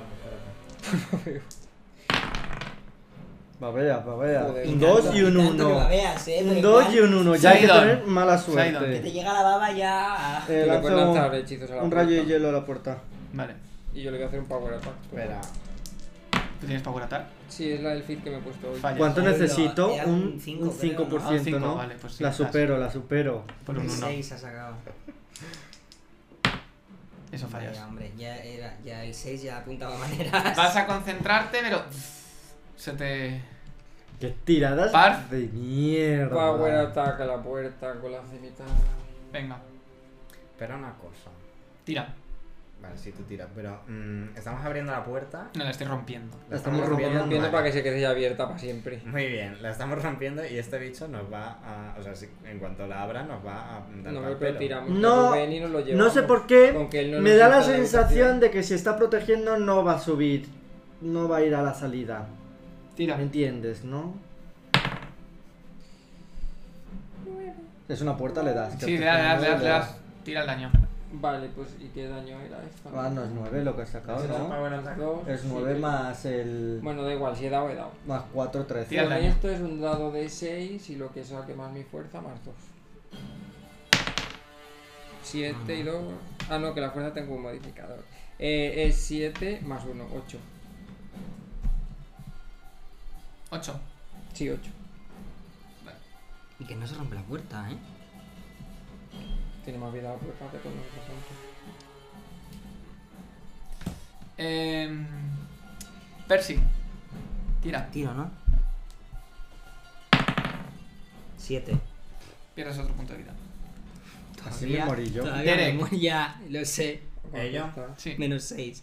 C: Babea.
D: Joder,
C: Un 2 y un
E: Tanto que
C: 1.
E: babeas,
C: Un
E: pero
C: 2
E: en
C: y un 1. Ya hay que
A: Sidon.
C: tener mala
A: Sidon.
E: plan, que te
C: suerte.
E: llega la baba ya.
D: Tú le puedes
C: Lanzo
D: lanzar hechizos a la
C: un rayo
D: puerta.
C: de hielo a la puerta.
A: Vale.
D: Y yo le voy a hacer un power attack.
B: Espera.
A: ¿Tú tienes power attack?
D: Sí, es la del feed que me he puesto hoy.
A: Fallas.
C: ¿Cuánto
E: Era
C: necesito?
E: un
C: Un
E: 5,
C: 5%,
A: Ah, un 5,
C: ¿no?
A: vale, pues sí.
C: La supero.
A: Por un 1.
E: 6 ha sacado.
A: Eso fallas.
E: Vaya, hombre, ya el 6 ya apuntaba maneras.
A: Vas a concentrarte, pero. Se te.
C: ¡Qué tiradas
A: Par.
C: de mierda!
D: Power attack a la puerta con la cimitarra.
A: Venga,
B: Espera una cosa.
A: tira.
B: Vale, sí, tú tiras, pero estamos abriendo la puerta.
A: No, la estoy rompiendo.
C: La estamos rompiendo.
D: Rompiendo
B: vale.
D: para que se quede abierta para siempre.
B: Muy bien, la estamos rompiendo y este bicho nos va a... O sea, en cuanto la abra nos va a dar
D: No
B: pal
D: me
B: pelo.
D: lo tiramos.
C: No,
D: Rubén y nos lo llevamos.
C: No sé por qué,
D: Con que él no
C: me
D: nos
C: da la
D: entra en
C: sensación
D: habitación.
C: de que si está protegiendo no va a subir. No va a ir a la salida.
A: Tira.
C: ¿Me entiendes, no? Es una puerta, le das. que
A: Sí,
C: te
A: le das,
C: pongo,
A: le das. Tira el daño.
D: Vale, pues ¿y qué daño era esto?
C: Ah, no es 9 lo que has sacado,
B: ¿Ese es el
C: ¿no?
B: power attack?
D: Dos,
C: Es
D: sí,
C: 9
D: que-
C: más el...
D: Bueno, da igual, si he dado, he dado.
C: Más 4, 13.
A: Tira el
D: Bueno,
A: daño.
D: esto es un dado de 6 y lo que saque más mi fuerza más 2. 7 y 2. Ah, no, que la fuerza tengo un modificador. Es 7 más 1, 8.
A: 8.
D: Sí, 8.
E: Y que no se rompe la puerta, ¿eh?
D: Tiene más vida la puerta que con nosotros.
A: Percy. Tira.
E: Tiro, ¿no? 7.
A: Pierdes otro punto de vida.
C: Así me morí yo.
E: Todavía
A: Derek.
E: me muero, ya, lo sé.
B: ¿Ello?
A: Sí.
E: Menos 6.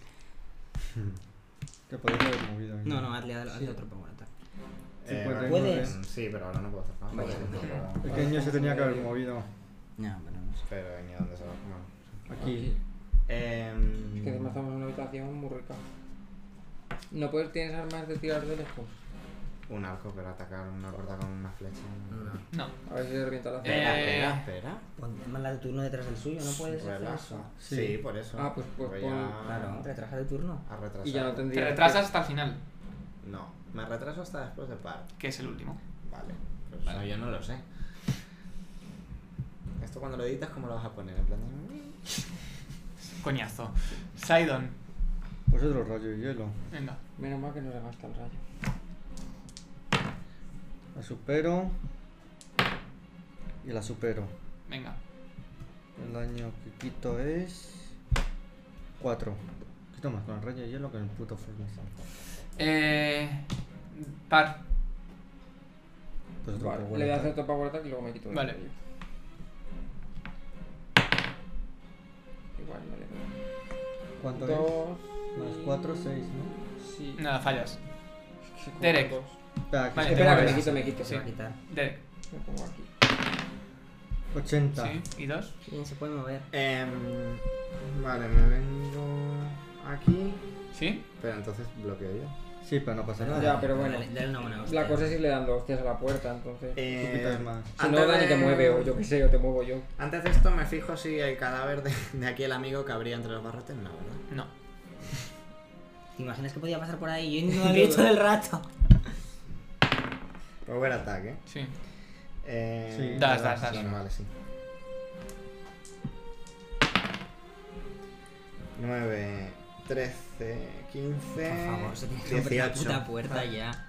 C: Te podéis haber movido.
E: No, hazle
C: Sí.
E: otro power attack.
C: Sí, pues,
B: vale.
E: ¿Puedes?
B: Sí, pero ahora no puedo hacer nada.
E: Vaya.
B: porque
C: El niño se tenía que haber movido.
E: No, pero no sé.
B: Pero ni a dónde se va. Bueno.
C: Aquí.
D: Que encima estamos en una habitación muy rica. ¿No puedes, tienes armas de tirar de lejos?
B: Un arco, pero atacar una puerta con una flecha.
E: No.
A: No.
D: A ver si se revienta la
B: Espera.
E: Pon más la de turno detrás del suyo, ¿no puedes hacer
B: Relaja.
E: eso?
B: Sí.
C: Sí.
B: por eso.
D: Ah, pues
B: Voy
D: pon-
B: a-
E: Claro, retraja de turno.
B: A retrasar.
D: Y ya no
A: Te
D: tendría.
A: retrasas hasta el final,
B: No, me retraso hasta después de par.
A: que es el último.
B: Vale, pues
A: Vale.
B: no, yo no lo sé. Esto cuando lo editas, ¿cómo lo vas a poner? En plan de...
A: Coñazo. Sidon.
C: Pues otro rayo de hielo.
A: Venga.
D: Menos mal que no le gasta el rayo.
C: La supero. Y la supero.
A: Venga.
C: El daño que quito es... 4. Quito más con el rayo de hielo que en el puto Furnace.
A: Par.
C: Pues otro
D: Vale,
C: power
D: le voy a
C: attack.
D: hacer otro power attack y luego me quito el
A: Vale.
D: rayo. Igual no le doy.
C: ¿Cuánto
D: 2
C: es? Más 4, 6, ¿no?
D: Sí.
A: Nada, fallas.
D: Es que con
A: Derek.
D: dos.
C: Espera, que
A: Vale,
C: se
A: te
D: Espera, que
A: mueves.
D: me quito.
A: Sí.
E: Se va a quitar.
A: Derek.
D: Me pongo aquí.
C: 80.
A: Sí. ¿Y 2?
E: Sí, se puede mover.
B: Vale, me vengo aquí.
A: ¿Sí?
B: Pero entonces bloqueo yo.
C: Sí, pero no pasa nada.
D: Ya, pero bueno.
E: Dale una buena hostia.
D: La cosa es irle dando hostias a la puerta, entonces.
C: Tú quitas más.
D: Si no, Dani te mueve, o yo qué sé, o te muevo yo.
B: Antes de esto me fijo si el cadáver de aquí el amigo cabría entre los barrotes. No, ¿verdad?
A: No.
E: ¿Te imaginas que podía pasar por ahí? Yo no lo he hecho todo el rato.
B: Power attack, ¿eh?
A: Sí.
C: Sí.
A: Das.
B: Bueno, vale, sí. 9, 13, 15,
E: Por favor, se tiene que romper la
B: 18.
E: puta puerta ya.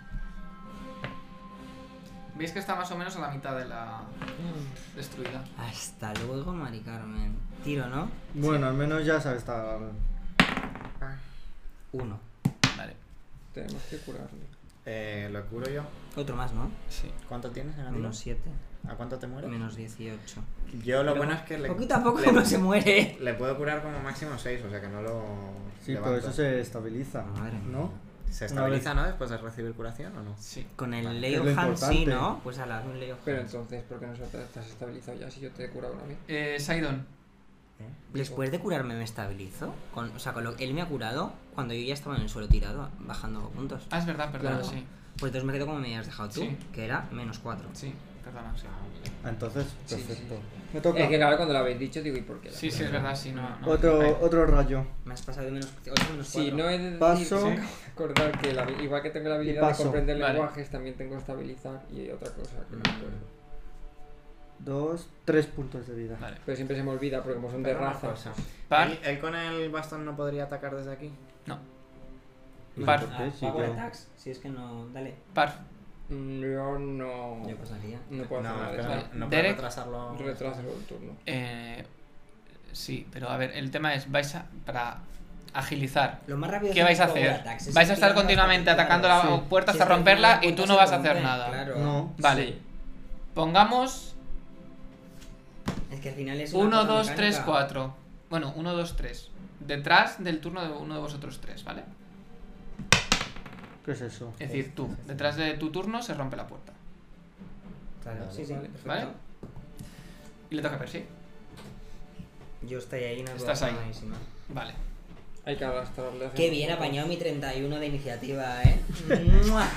A: ¿Veis que está más o menos a la mitad de la destruida?
E: Hasta luego, Mari Carmen. Tiro, ¿no?
C: Bueno, al menos ya sabes estar...
E: 1.
A: Vale.
D: Tenemos que curarle.
B: Lo curo yo.
E: Otro más, ¿no?
A: Sí.
B: ¿Cuánto tienes, negativo?
E: Menos 7.
B: ¿A cuánto te mueres?
E: Menos 18.
B: Yo lo
E: Pero
B: bueno es que le,
E: Poquito a poco
B: le-
E: uno se muere.
B: le puedo curar como máximo 6, o sea que no lo
C: Sí,
B: levanto.
C: pero eso se estabiliza,
E: Madre mía.
C: ¿no?
B: ¿Se
C: una
B: estabiliza, no? Después de recibir curación o no?
A: Sí.
E: Con el
B: Vale,
E: Leo
C: es lo
E: Hans sí,
C: importante.
E: ¿no? Pues a la un Leo
D: Pero
E: Hans.
D: entonces, ¿por qué no estás estabilizado ya si yo te he curado una vez?
A: Sidon.
E: Después de curarme me estabilizo. O sea, él me ha curado cuando yo ya estaba en el suelo tirado, bajando puntos.
A: Ah, es verdad, perdona,
D: Claro.
A: sí.
E: Pues entonces me quedo como me habías dejado tú,
A: Sí.
E: que era menos 4.
A: Sí. perdona, sí.
C: Entonces,
D: Sí, sí,
C: perfecto.
D: sí.
C: Me toca.
D: Es que claro, cuando lo habéis dicho digo, ¿y por qué?
A: Sí, es verdad, sí, no.
C: Otro rayo.
E: Me has pasado de menos 8 menos 4.
D: Sí, no he de decir,
C: Paso.
D: acabo de acordar que igual que tengo la habilidad de
C: paso.
D: comprender
A: Vale.
D: lenguajes, también tengo estabilizar y otra cosa que no me acuerdo.
C: 3 puntos de vida.
A: Vale.
D: Pero siempre se me olvida porque como son de
B: Pero una
D: raza.
B: cosa.
A: Par.
B: ¿Él con el bastón no podría atacar desde aquí?
A: No.
C: No,
A: Par.
C: ¿por qué? Sí,
E: Power
C: pero-
E: attacks. Si es que no. Dale.
A: Par.
D: Yo no.
E: Yo pasaría.
D: No puedo hacer
B: No,
D: nada de
B: espera,
D: eso.
B: no puedo
A: Derek.
B: retrasarlo.
D: Retraso el turno.
A: Sí, pero a ver, el tema es, para agilizar.
E: Lo más rápido
A: ¿Qué
E: es
A: vais a
E: power
A: hacer?
E: attacks, es
A: ¿Vais a estar
E: tirando
A: continuamente
E: hasta que,
A: atacando
E: claro,
A: las
C: sí.
A: puertas
E: si
A: a
E: es que al
A: romperla
E: final la
A: y tú
E: puerta
A: no
E: se
A: vas a hacer
E: rompe,
A: nada?
E: Claro.
C: No.
A: Vale.
D: Sí.
A: Pongamos
E: Es que al final es. una
A: 1,
E: cosa
A: 2, 3,
E: mecánica.
A: 4. Bueno, 1, 2, 3. Detrás del turno de uno de vosotros tres, ¿vale?
C: ¿Qué es eso?
A: Es decir, tú, detrás de tu turno se rompe la puerta.
E: Claro, sí, sí.
D: Vale.
E: Perfecto.
A: ¿Vale? Y le toca a Percy.
E: Yo estoy ahí, no
A: Estás ahí.
E: buenísima.
A: Vale.
D: Hay que arrastrarle.
E: Qué bien apañado mi 31 de iniciativa, ¿eh? ¡Mua!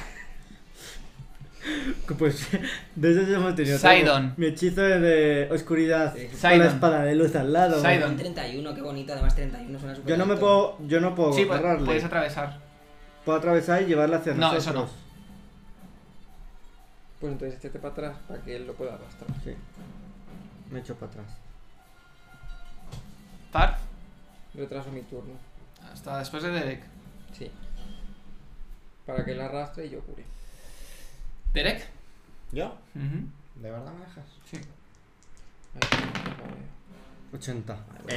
C: Pues desde eso hemos tenido
A: Sidon.
C: todo. Mi hechizo es de oscuridad
E: Sí.
C: con
A: Sidon.
C: la espada de luz al lado.
A: Sidon.
E: Un 31, qué bonito. Además, 31 suena súper
C: Yo no me
E: alto.
C: puedo, yo no puedo
A: Sí,
C: agarrarle.
A: puedes atravesar.
C: Puedo atravesar y llevarla hacia
A: No,
C: nosotros.
A: eso no.
D: Pues entonces échate para atrás para que él lo pueda arrastrar.
C: Sí. Me echo para atrás.
A: Par.
D: Retraso mi turno.
A: Hasta después de Derek.
D: Sí. Para que él arrastre y yo cure.
A: ¿Derek?
B: ¿Yo?
A: Ujú.
B: ¿De verdad me dejas?
A: Sí.
D: Ahí, vale.
C: 80.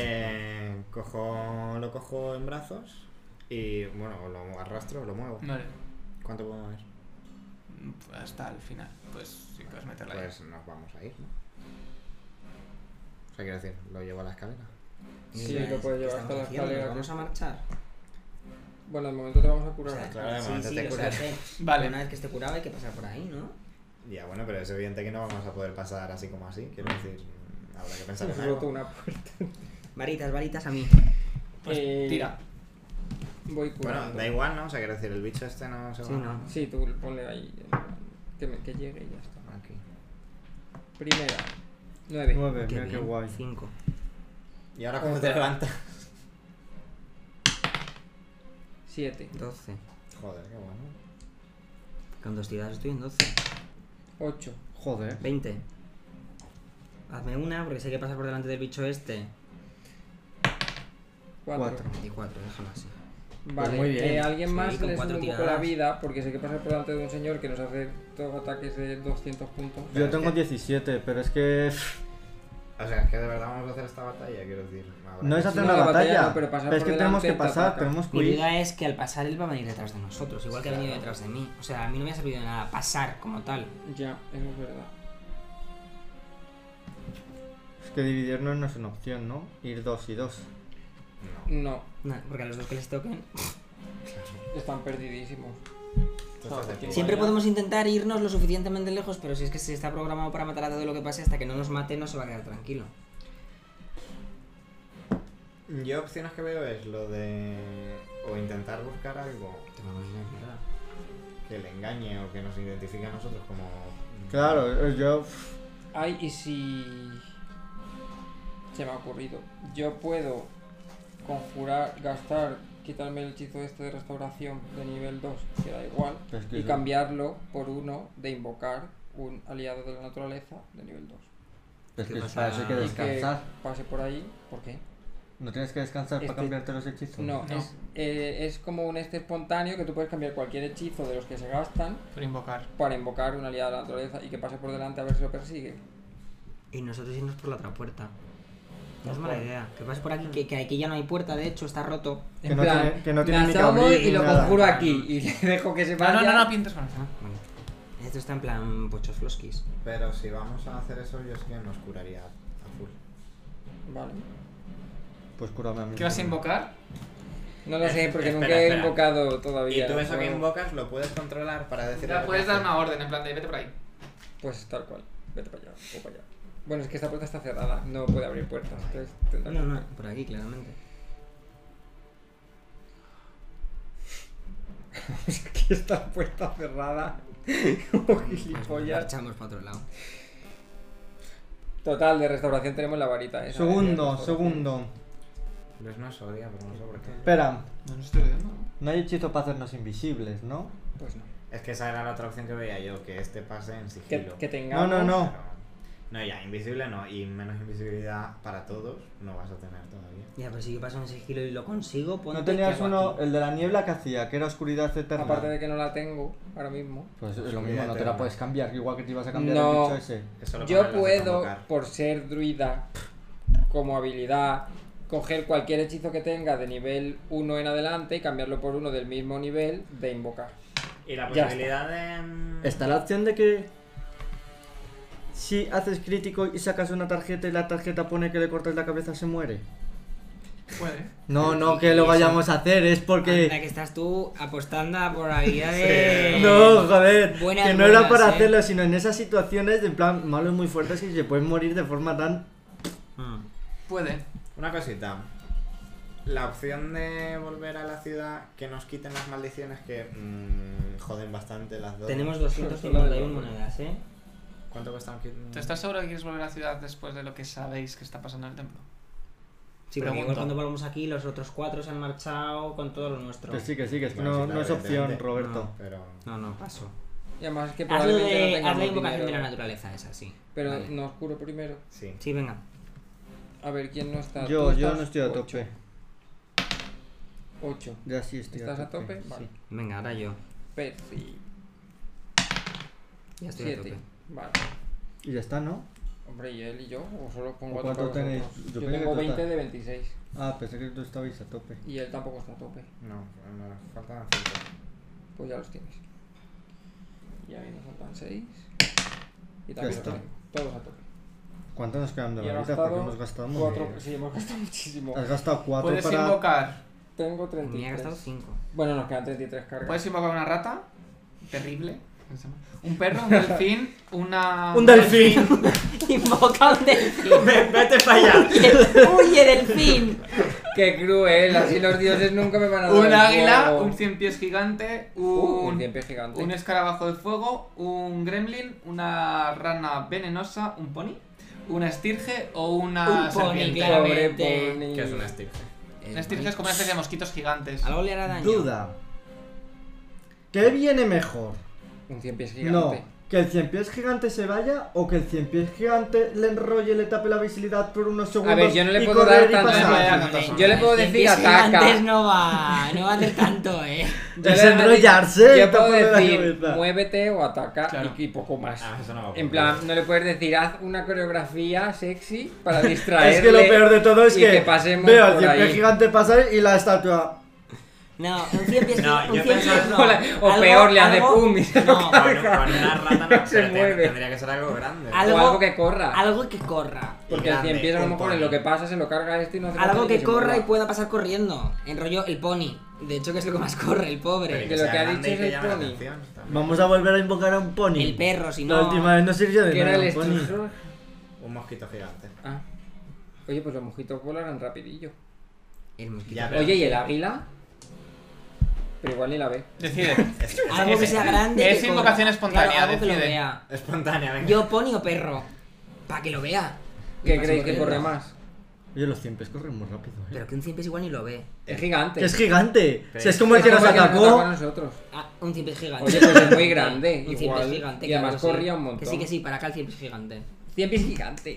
B: Lo cojo en brazos y bueno, lo arrastro, lo muevo.
A: Vale.
B: ¿Cuánto puedo mover?
A: Hasta el final. Pues sí, puedes meterla ahí.
B: Pues nos vamos a ir, ¿no? O sea, quiero decir, lo llevo a la escalera.
D: Sí, lo puedes llevar hasta la escalera.
E: Vamos a marchar.
D: Bueno, de momento te vamos a curar.
E: O sea,
B: Claro, de
E: sí,
B: momento
E: sí,
B: te
E: lo
B: curas.
E: sé.
A: Vale.
E: Pero una vez que esté curado hay que pasar por ahí, ¿no?
B: Ya, bueno, pero es evidente que no vamos a poder pasar así como así. Quiero decir, habrá que pensar
D: Hemos
B: en
D: roto
B: algo.
D: una puerta.
E: Varitas a mí.
A: Pues tira.
D: Voy curando.
B: Bueno, da igual, ¿no? O sea, quiero decir, el bicho este no se va
E: Sí, no.
D: Sí, tú ponle ahí. Que llegue y ya está.
B: aquí.
D: Primera. 9.
C: 9, mira qué guay.
E: 5.
B: ¿Y ahora cómo te levantas?
D: 7.
E: 12.
B: Joder, qué bueno.
E: Con 2 tiradas estoy en 12.
D: 8.
C: Joder.
E: 20. Hazme una porque sé que pasar por delante del bicho este.
D: 4.
C: 4.
E: Y 4, déjalo así.
D: Vale,
C: muy bien.
D: alguien
E: Sí,
D: más
E: con
D: le
E: 4
D: sube un poco
E: tiradas.
D: la vida porque sé que pasar por delante de un señor que nos hace todos ataques de 200 puntos.
C: Yo
B: es
C: tengo
B: que-
C: 17, pero es que
B: O sea, es que de verdad vamos a hacer esta batalla, quiero decir. habrá
C: no
B: que-
C: es hacer
D: No,
C: una
D: la batalla
C: batalla.
D: no, pero pasar
C: es
D: por
C: que tenemos
D: delante
C: que
D: te
C: pasar,
D: ataca.
C: tenemos que
E: Mi
C: huir.
E: duda es que al pasar él va a venir detrás de nosotros, igual que ha venido detrás de mí. O sea, a mí no me ha servido de nada pasar como tal.
D: Ya, eso es verdad.
C: Es que dividirnos no es una opción, ¿no? Ir 2 y 2.
B: No.
D: No,
E: No, porque a los dos que les toquen.
D: están perdidísimos.
B: Entonces,
D: Claro,
E: Siempre
D: ya.
E: podemos intentar irnos lo suficientemente lejos, pero si es que se está programado para matar a todo lo que pase, hasta que no nos mate no se va a quedar tranquilo.
B: Yo opciones que veo es lo de o intentar buscar algo
E: Te vamos a imaginar.
B: que le engañe o que nos identifique a nosotros como...
C: Claro, yo.
D: Ay, y si... Se me ha ocurrido. Yo puedo conjurar, gastar, quitarme el hechizo este de restauración de nivel 2, que da igual,
C: Es que
D: y
C: yo-
D: cambiarlo por uno de invocar un aliado de la naturaleza de nivel 2.
C: Es
E: ¿Qué
C: que
E: pasa?
C: para eso hay que
D: Y que
C: descansar.
D: pase por ahí. ¿Por qué?
C: ¿No tienes que descansar para
D: Este-
C: cambiarte los hechizos?
D: No,
A: No.
D: Es como un espontáneo que tú puedes cambiar cualquier hechizo de los que se gastan
A: Por invocar.
D: para invocar un aliado de la naturaleza y que pase por delante a ver si lo persigue.
E: Y nosotros irnos por la otra puerta. No es
D: Tal
E: mala
D: cual.
E: idea. Que pase por aquí, que aquí ya no hay puerta, de hecho, está roto.
C: Que no tiene- que no tiene
D: me
C: ni que
D: asomo
C: abrir
D: y
C: ni
D: lo
C: nada.
D: conjuro aquí y le dejo que se
A: No,
D: vaya.
A: no, pintes con eso.
E: Ah, vale. Esto está en plan pochos floskis.
B: Pero si vamos a hacer eso, yo sí que nos curaría a full.
D: Vale.
C: Pues cúrame a mí.
A: ¿Qué vas a invocar?
D: No lo sé porque
B: Espera,
D: nunca he
B: espera.
D: invocado
B: Y
D: todavía.
B: tú eso que
D: Bueno,
B: invocas lo puedes controlar para decirle...
A: Ya
B: lo que
A: puedes dar
B: hace.
A: una orden, en plan de vete por ahí.
D: Pues tal cual. Vete para allá o para allá. Bueno, es que esta puerta está cerrada, no puede abrir puertas. Entonces tendrá
E: No,
D: que-
E: no, por aquí, claramente.
D: Aquí está la puerta cerrada. Como
E: Pues
D: gilipollas.
E: marchamos para otro lado.
D: Total, de restauración tenemos la varita esa.
C: Segundo.
B: Pues no es odia, pero no sé por qué.
C: Espera,
A: No estoy viendo.
C: no hay hechizo para hacernos invisibles, ¿no?
D: Pues no.
B: Es que esa era la otra opción que veía yo, que este pase en sigilo.
D: Que tengamos...
C: No.
B: Pero- no, ya, invisible no, y menos invisibilidad para todos no vas a tener todavía.
E: Ya, pero si yo paso un sigilo y lo consigo, ponte
C: ¿No tenías
E: que hago
C: uno,
E: aquí.
C: el de la niebla que hacía, que era oscuridad eterna?
D: Aparte de que no la tengo ahora mismo.
C: Pues es lo
B: Oscuridad
C: mismo, no te la
B: eterna.
C: puedes cambiar, igual que te ibas a cambiar
D: No.
C: el bicho ese.
B: Eso lo
D: Yo
B: ponen los de
D: puedo,
B: convocar.
D: por ser druida, como habilidad, coger cualquier hechizo que tenga de nivel 1 en adelante y cambiarlo por uno del mismo nivel de invocar.
B: Y la
D: Ya
B: posibilidad de...
C: Está la opción de que si haces crítico y sacas una tarjeta y la tarjeta pone que le cortas la cabeza, se muere.
A: Puede.
C: No que lo vayamos a hacer, es
E: Anda,
C: porque...
E: que estás tú apostando por la vida de...
C: No, joder,
E: Buenas,
C: que no era
E: buenas,
C: para
E: ¿eh?
C: hacerlo, sino en esas situaciones de en plan malos muy fuertes que se pueden morir de forma tan...
E: Mm.
A: Puede.
B: Una cosita. La opción de volver a la ciudad, que nos quiten las maldiciones que joden bastante las dos.
E: Tenemos 251 monedas, ¿eh?
B: ¿Cuánto cuesta un
A: ¿Tú estás seguro que quieres volver a la ciudad después de lo que sabéis que está pasando en el templo?
E: Sí, pero igual
A: Pregunto.
E: cuando volvamos aquí, los otros 4 se han marchado con todo lo nuestro.
C: Que sí, que es que
B: Bueno,
C: no,
B: sí,
C: no es
B: claro,
C: opción,
B: evidentemente.
C: Roberto.
B: Pero...
E: No, paso.
D: Y además es que
E: Haz
D: probablemente no
E: haz
D: tengamos
E: la invocación de
D: dinero.
E: la naturaleza, esa, sí.
D: Pero
E: Vale.
D: no oscuro primero.
B: Sí.
E: Sí, venga.
D: A ver, ¿quién no está?
C: Yo
D: Tú
C: no
D: estás
C: estoy a
D: 8.
C: tope.
D: 8.
C: Ya sí estoy
D: ¿Estás a tope?
C: sí.
D: Vale.
E: Venga, ahora yo.
D: Percy.
E: Ya estoy
D: 7.
E: a tope.
D: Vale.
C: Y ya está, ¿no?
D: Hombre, ¿y él y yo? ¿O solo pongo
C: ¿O
D: a tope
C: cuánto
D: vosotros?
C: tenéis?
D: Yo
C: Yo pensé
D: tengo
C: que tú
D: 20
C: estás-
D: de 26.
C: Ah, pensé que tú estabais a tope.
D: Y él tampoco está a tope.
B: No, me faltan 5.
D: Pues ya los tienes. Y ahí nos faltan 6. Y
C: Ya
D: también los
C: está.
D: tengo. Todos a tope.
C: ¿Cuánto nos quedan de
D: Y he
C: varita? Porque hemos gastado muy
D: 4.
C: bien.
D: Sí, hemos gastado muchísimo.
C: Has gastado 4
A: Puedes
C: para...
A: invocar.
D: Tengo
E: Me he
D: 33.
E: gastado 5.
D: Bueno, nos quedan 33 cargas.
A: Puedes invocar una rata. Terrible. Un perro, un delfín, una.
C: ¡Un delfín!
E: Invoca un delfín.
B: ¡Vete para allá!
E: ¡Huye, delfín!
D: ¡Qué cruel! Así los dioses nunca me van a dar
A: Un
D: el
A: águila,
D: fuego.
A: un 100 pies gigante,
D: Un tiempo gigante.
A: un escarabajo de fuego, un gremlin, una rana venenosa, un pony, una estirge o una
E: Un pony,
A: serpiente.
E: claro.
D: Pobre
E: claramente.
D: pony.
B: ¿Qué es una estirpe?
A: Una estirge es como una especie de mosquitos gigantes.
E: Algo le hará daño.
C: Duda. ¿Qué viene mejor?
D: Un 100 pies gigante.
C: No, que el 100 pies gigante se vaya o que el 100 pies gigante le enrolle, le tape la visibilidad por unos segundos.
D: A ver, yo no le
C: y
D: puedo
C: correr
D: dar
C: y
D: tanto.
C: pasar.
D: Yo le puedo
E: Cien
D: decir
E: pies
D: ataca.
E: gigantes no va a hacer tanto,
D: Yo
C: Es
D: le-
C: enrollarse,
D: Yo puedo
C: taparle la
D: decir
C: cabeza.
D: muévete o ataca
A: Claro.
D: y poco más.
B: Ah, eso no va a
D: En
B: ocurrir.
D: plan, no le puedes decir haz una coreografía sexy para distraerle.
C: Es que lo peor de todo es
D: y
C: que,
D: que pasemos
C: veo al
D: por
C: 100 pies
D: ahí.
C: gigante pasar y la estatua.
E: No, un 100 pies
B: No,
E: un
B: yo
E: 100
B: pensaba-
E: pies no.
D: O
E: Algo-
D: peor, le hace
E: algo-
D: pum y se
E: No,
B: Con una rata no
D: Se
B: pero
D: mueve.
B: tendría que ser algo grande.
E: Algo-
D: O algo que corra.
E: algo que corra.
D: Porque
B: Y
D: el 100
B: grande,
D: pies a lo
B: un
D: mejor en
B: pony.
D: lo que pasa se lo carga este y no hace
E: Algo
D: falta
E: que
D: se
E: corra y
D: mueva.
E: pueda pasar corriendo. Enrollo el pony. De hecho, que es lo que más corre, el
B: Pero
E: pobre.
D: que lo
B: sea
D: que ha
B: grande
D: dicho
B: y
D: es
B: que
D: el
B: llame la
D: pony.
B: atención también.
C: Vamos a volver a invocar a un pony.
E: El perro, si
C: La
E: no.
C: última vez no sirvió de
D: ¿Qué era
C: nada.
D: el
C: un pony.
D: estrusor?
B: Un mosquito gigante.
D: Ah. Oye, pues los mojitos volarán rapidillo.
E: El mosquito.
B: Ya, pero-
D: Oye, ¿y el águila? Pero igual ni la ve.
A: Decide.
E: Algo que sea grande.
A: Es
E: que
A: invocación
E: corra.
A: espontánea,
E: Claro, algo que lo
A: decide.
E: vea.
B: Espontánea, venga.
E: Yo pony o perro. Para que lo vea.
D: ¿Qué
E: pasa
D: creéis que
E: corriendo?
D: corre más?
C: Oye, los 100 pies corren muy rápido,
E: Pero que un 100 pies igual ni lo ve.
D: Es gigante.
C: Que es gigante.
B: Pero
C: Si es como el que nos
D: como
C: atacó.
D: a nosotros.
E: Ah, un 100 pies gigante.
D: Oye, pues es muy grande,
E: Un 100
D: igual.
E: pies gigante.
D: Y además
E: claro, sí.
D: corría un montón.
E: Que sí, para acá el 100 pies gigante.
D: 100 pies gigante.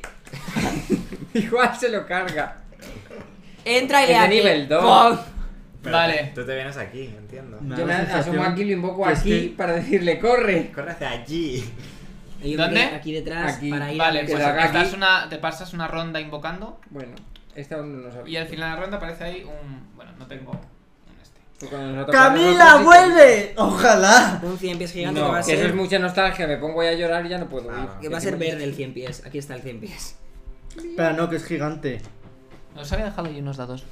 D: Igual se lo carga.
E: Entra y
D: Es
E: le
D: de
E: hace.
D: nivel 2.
E: ¡pum!
B: Pero
A: Vale.
B: Tú te vienes aquí, entiendo.
C: Me da
D: Yo me
C: la
D: asomo
C: sensación
D: aquí y lo invoco
C: que es
D: aquí
C: que-
D: para decirle corre.
B: Corre hacia allí.
E: Y yo
A: ¿Dónde?
E: me quedé aquí detrás
D: Aquí.
E: para ir
A: Vale,
E: a
D: que
A: pues
D: lo haga
A: estás
D: aquí.
A: te pasas una ronda invocando
D: Bueno, esta aún no sabía.
A: y al final de la ronda aparece ahí un. Bueno, no tengo un este.
D: Pues cuando nos ha tocado a
C: ¡Camila,
D: nosotros, sí
C: vuelve! ¡Ojalá!
E: un 100 pies
D: que-
E: gigante que
D: No,
E: va a
D: que eso
E: ser.
D: es mucha nostalgia. Me pongo ya a llorar y ya no puedo
B: Claro.
D: ir.
E: Que va a ser verde el 100 pies. Aquí está el 100 pies.
C: Espera, no, que es gigante.
A: Nos había dejado ahí unos dados.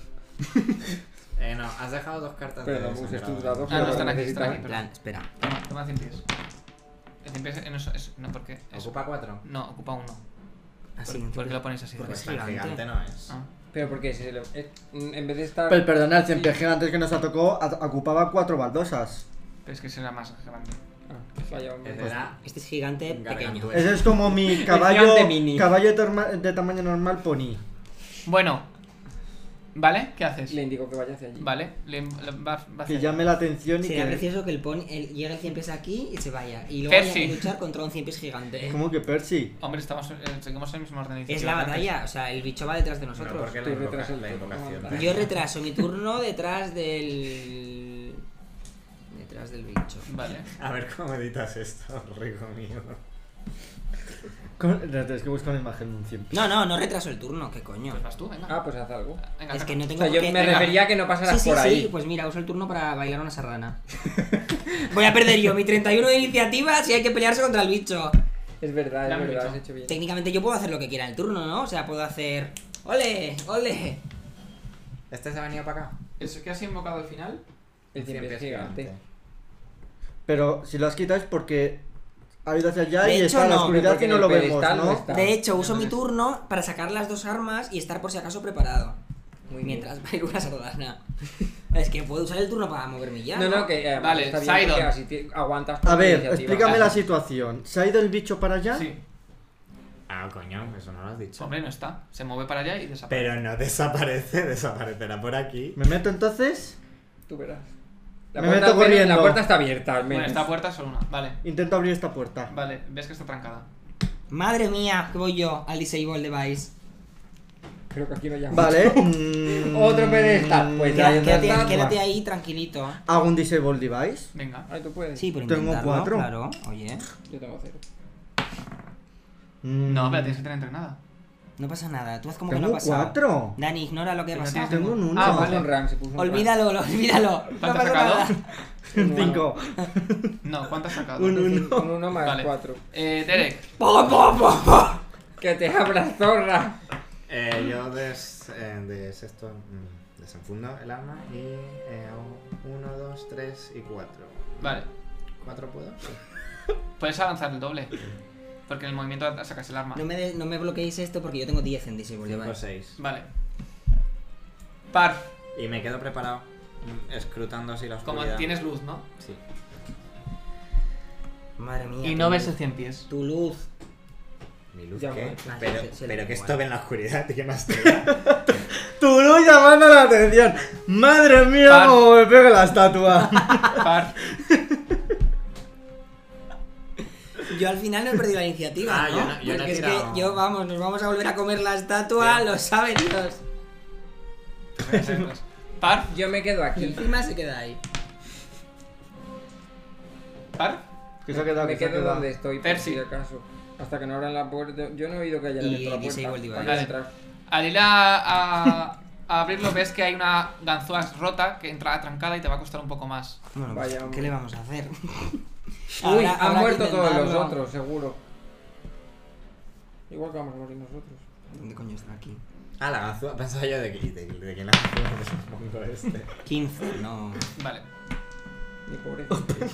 B: No, has dejado 2 cartas
D: Pero
B: de
D: no uses
B: sangrado.
D: tus dados.
A: Ah, no,
D: pero
A: están aquí,
D: necesitas-
A: están
E: En
A: aquí.
E: plan, espera.
A: Toma 100 pies. El 100 pies no, porque.
B: Ocupa 4.
A: No, ocupa 1.
E: Así.
A: ¿Por qué lo ponéis así?
E: Porque
B: Pues
E: es
B: tan
E: gigante.
B: gigante no es.
A: Ah.
D: Pero porque si se lo- en vez de estar.
C: Pero perdona, el 100 pies gigante que nos atacó ocupaba 4 baldosas.
A: Pero es que será más grande.
D: Ah.
A: El
D: Vaya, hombre.
B: Ese era
E: Este es gigante
B: un
E: pequeño.
B: gargantuesco.
C: Ese es como mi caballo.
D: gigante mini.
C: Caballo de tamaño normal pony.
A: Bueno. ¿Vale? ¿Qué haces?
D: Le indico que vaya hacia allí.
A: Vale. Va
C: Que
A: hacia-
C: llame la atención y
E: Sería
C: que.
E: precioso que el pony llegue el 100 pies aquí y se vaya. Y luego haya
A: Percy.
E: que luchar contra un 100 pies gigante.
C: ¿Cómo que Percy?
A: Hombre, seguimos en el mismo orden de
E: Es
A: iniciativa
E: la
A: que antes.
E: batalla, o sea, el bicho va detrás de
B: No,
E: nosotros.
B: porque
D: Estoy retrasando
B: la
D: el
B: invocación.
D: turno.
E: Yo retraso mi turno detrás del bicho.
A: Vale.
B: A ver cómo editas esto, rico mío.
C: Es que busco una imagen de un 100.
E: No retraso el turno, ¿qué coño?
A: Pues vas tú, venga.
D: Ah, pues haz algo.
A: Venga,
E: Es
A: saca.
E: que no
D: O
E: tengo
D: sea,
E: por
D: yo
E: qué-
D: me refería a que no pasaras
E: Sí,
D: por ahí.
E: sí, pues mira, uso el turno para bailar una sardana. Voy a perder yo mi 31 de iniciativa si hay que pelearse contra el bicho.
D: Es verdad,
A: Ya
D: es
A: me
D: verdad,
A: he
D: has
A: dicho.
D: hecho bien.
E: Técnicamente yo puedo hacer lo que quiera en el turno, ¿no? O sea, puedo hacer... ¡Ole! ¡Ole!
B: ¿Este se ha venido para acá?
A: ¿Eso que has invocado al final?
D: El 100 pies gigante.
C: Pero si lo has quitado es porque ha ido hacia allá
E: De
C: y
E: hecho,
C: está en la
E: no,
C: oscuridad
D: porque
C: y no
D: en
C: lo
D: el
C: vemos,
D: pedestal no
C: ¿no?
D: está.
E: De hecho, uso mi
A: Entonces-
E: turno para sacar las dos armas y estar por si acaso preparado.
D: Muy bien.
E: Mientras bailo una sardana. Es que puedo usar el turno para moverme ya.
D: No, que además
A: Vale,
D: está bien
A: Sidon.
D: porque así aguantas
C: A
D: tu
C: ver,
D: iniciativa.
C: explícame la situación. ¿Se ha ido el bicho para allá?
A: Sí.
B: Ah, coño, eso no lo has dicho.
A: Hombre, no está. Se mueve para allá y desaparece.
B: Pero no desaparece, desaparecerá por aquí.
C: ¿Me meto entonces?
D: Tú verás.
C: Me meto corriendo.
D: La puerta está abierta, al
A: Bueno,
D: menos.
A: esta puerta es solo una. Vale.
C: Intento abrir esta puerta.
A: Vale, ves que está trancada.
E: Madre mía, que voy yo al disable device.
D: Creo que aquí no llamo.
C: Vale.
D: Otro pedestal. Pues ya hay otras
E: Quédate
D: armas.
E: ahí tranquilito.
C: Hago un disable device.
A: Venga.
D: Ay, tú puedes.
E: Sí, por
C: Tengo
E: intentarlo,
C: 4.
E: claro. Oye,
D: Yo tengo 0.
A: No, pero tienes que tener entrenada.
E: no pasa nada. Tú haz como que no
C: Tengo
E: ha pasado.
C: 4.
E: Dani, ignora lo que ha
A: Pero
E: pasado.
C: Tengo un 1.
A: Ah,
D: Se puso
A: vale.
D: un rank, se puso un
E: Olvídalo, olvídalo. No
A: ¿Cuánto has
E: pasa
A: sacado?
E: nada.
C: Un 5.
A: No, ¿cuánto has sacado?
C: Un
D: rank.
C: 1.
D: Un 1 más
A: Vale.
D: 4.
A: Derek.
E: Po, po, po, po.
D: Que te abras, zorra.
B: Yo desenfundo el arma y hago 1, 2, 3 y 4.
A: Vale.
B: ¿4 puedo? Sí.
A: Puedes avanzar el doble. Porque en el movimiento sacas el arma.
E: No me bloqueéis esto porque yo tengo 10 en disable
B: 5,
E: device.
B: 6.
A: Vale. Par.
B: Y me quedo preparado, escrutando así la
A: Como
B: oscuridad.
A: tienes luz, ¿no?
B: Sí.
E: Madre mía.
A: Y
E: tu
A: no ves el
E: luz.
A: 100 pies.
E: Tu luz.
B: ¿Mi luz
D: Ya,
B: qué?
D: bueno.
E: Ah,
B: Pero,
E: se le
B: pero que
E: igual.
B: esto ve en la oscuridad, ¿qué más te da?
C: Tu luz llamando la atención. Madre mía,
A: Par.
C: cómo me pega la estatua.
A: Par.
E: Yo al final no he perdido la iniciativa,
B: Ah,
E: ¿no?
B: yo no he
E: Porque es
B: tirado.
E: que nos vamos a volver a comer la estatua,
B: Sí.
E: lo sabe Dios.
A: Par.
D: Yo me quedo
E: Y
D: aquí.
E: encima se queda ahí.
A: Par.
C: Que se ha quedado,
D: Me
C: que se ha
D: quedo
C: quedado.
D: donde estoy, por
A: Percy.
D: si acaso. Hasta que no abran la puerta. Yo no he oído que hayan
E: Y
D: abierto la
E: disable
D: puerta.
E: device.
D: Para
A: Vale.
D: entrar.
A: Al ir a abrirlo ves que hay una ganzúa rota que entra trancada y te va a costar un poco más.
E: Bueno,
D: Vaya,
E: pues,
D: hombre.
E: ¿qué le vamos a hacer?
D: Uy,
E: Habrá
D: han
E: que
D: muerto todos los
E: intentarlo.
D: otros, seguro. Igual que vamos a morir nosotros.
E: ¿Dónde coño está aquí?
B: Ah, la ganzúa. Pensaba yo de quién la ganzúa que supongo este.
E: 15, no.
A: Vale.
D: Mi pobre.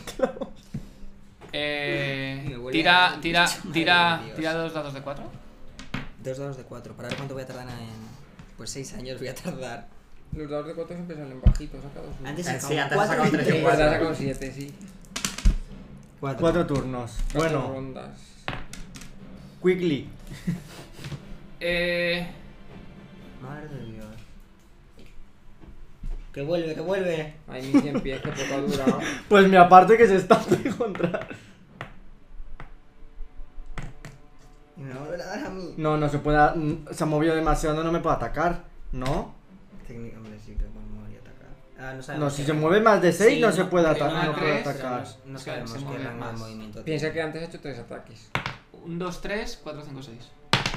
E: Me huele
A: Tira,
E: a-
A: tira, tira,
E: Dios.
A: tira 2 dados de 4.
E: 2 dados de 4. Para ver cuánto voy a tardar en. Pues 6 años voy a tardar.
D: Los dados de 4 siempre salen bajitos, sacados.
E: Antes
B: Sí,
E: sacaba
B: antes has sacado 3
D: Sí,
B: y
D: verdad,
B: 4.
D: sacado 7, sí.
C: 4 turnos.
D: 4
C: Bueno,
D: rondas.
C: quickly.
E: Madre de Dios. Que vuelve, que vuelve.
D: Ay, mis 100 pies, que poco ha durado.
C: Pues me aparte que se está contra.
E: Y me va a volver a dar a mí.
C: No, no se puede. Se ha movido demasiado, no me puede atacar. ¿No?
E: Técnicamente sí que podemos atacar. Ah, no
C: No,
E: sabemos.
C: si
E: qué
C: se
E: rango.
C: mueve más de 6
E: Sí,
C: no se puede
E: pero
C: atacar. No puede
A: 3,
C: atacar.
E: No
A: Es que
E: sabemos
A: se
E: qué
A: mueve
E: rango de
A: más.
E: movimiento
D: Piensa
E: tiene.
D: que antes he hecho 3 ataques.
A: 1, 2, 3, 4, 5, 6.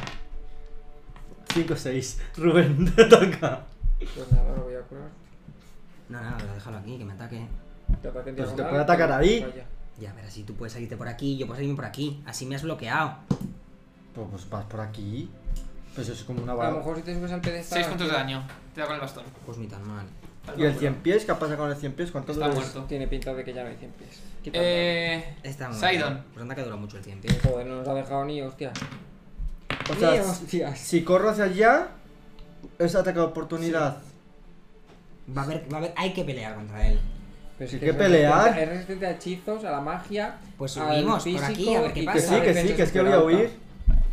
C: 5, 6. Rubén, te toca.
D: Pues nada, lo voy a curar.
E: No, déjalo aquí, que me ataque.
D: Que ataque en
C: Pues te
D: diagonal,
C: puede atacar
D: pero
C: ahí.
D: vaya.
E: Ya, pero si tú puedes salirte por aquí, yo puedo salirme por aquí. Así me has bloqueado.
C: Pues vas por aquí. Pues eso es como una
D: A lo
C: bala.
D: mejor si te subes al pedestal.
A: 6 puntos de daño. Te da con el bastón.
E: Pues ni tan mal.
C: ¿Y el 100 pies? ¿Qué pasa con el 100 pies? ¿Cuánto
A: Está
C: dura?
A: muerto.
D: Tiene pinta de que ya no hay 100 pies. Quítalo.
E: Está muy
A: Sidon.
E: bien. Pues anda que dura mucho el 100 pies.
D: Joder, no nos ha dejado ni hostia.
C: O sea,
D: Ni hostias.
C: si corro hacia allá, es ataque de oportunidad.
E: Va a haber, hay que pelear contra él.
D: Pero
C: Sí
D: es
C: que
D: es
C: pelear.
D: resistente- Es resistente a hechizos, a la magia.
E: Pues
D: al
E: subimos por aquí,
D: físico
E: a ver qué
D: y
E: pasa.
C: Que sí,
D: tiene
C: que sí,
D: defensa
C: que es que voy
D: súper
C: a
D: alta.
C: huir.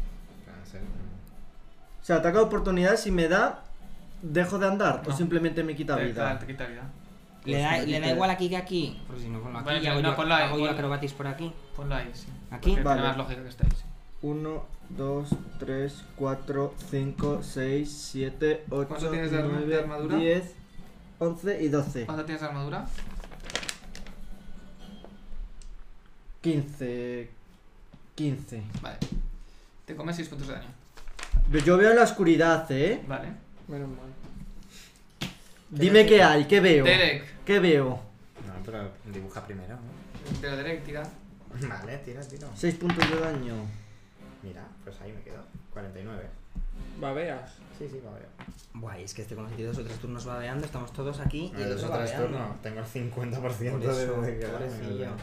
C: O sea, ataque de oportunidad, si me da, dejo de andar. O
A: No.
C: simplemente me quita
A: Claro,
C: vida.
A: te quita vida.
E: ¿Le da,
C: Pues
E: le da
C: me
E: igual aquí que aquí? Porque si no ponlo aquí,
A: Bueno,
E: y hago,
A: no,
E: yo,
A: ponlo ahí,
E: hago yo
A: ponlo.
E: acrobatis por aquí.
A: Ponlo ahí, sí.
E: ¿Aquí?
A: Porque
C: Vale.
A: tiene más lógica que esté ahí, sí.
C: 1, 2, 3, 4, 5, 6, 7, 8,
A: ¿Cuánto tienes de
C: 9,
A: armadura?
C: 10, 11 y 12.
A: ¿Cuánto tienes de armadura?
C: 15. 15.
A: Vale. Te comes 6 puntos de daño.
C: Yo veo en la oscuridad, ¿eh?
A: Vale.
D: Menos mal.
C: Dime qué hay, qué veo.
A: Derek.
C: ¿Qué veo?
B: No, pero dibuja primero, ¿no?
A: Pero Derek, tira.
B: Vale, tira.
C: 6 puntos de daño.
B: Mira, pues ahí me quedo. 49.
D: Babeas.
B: Sí, va a ver.
E: Buah, y es que este como si tiene 2 o 3 turnos babeando, estamos todos aquí y
B: En
E: el
B: los
E: otro
B: otros
E: babeando.
B: turnos tengo el 50%
E: Por eso,
B: de quedarme en el
E: pobrecillo.
B: de-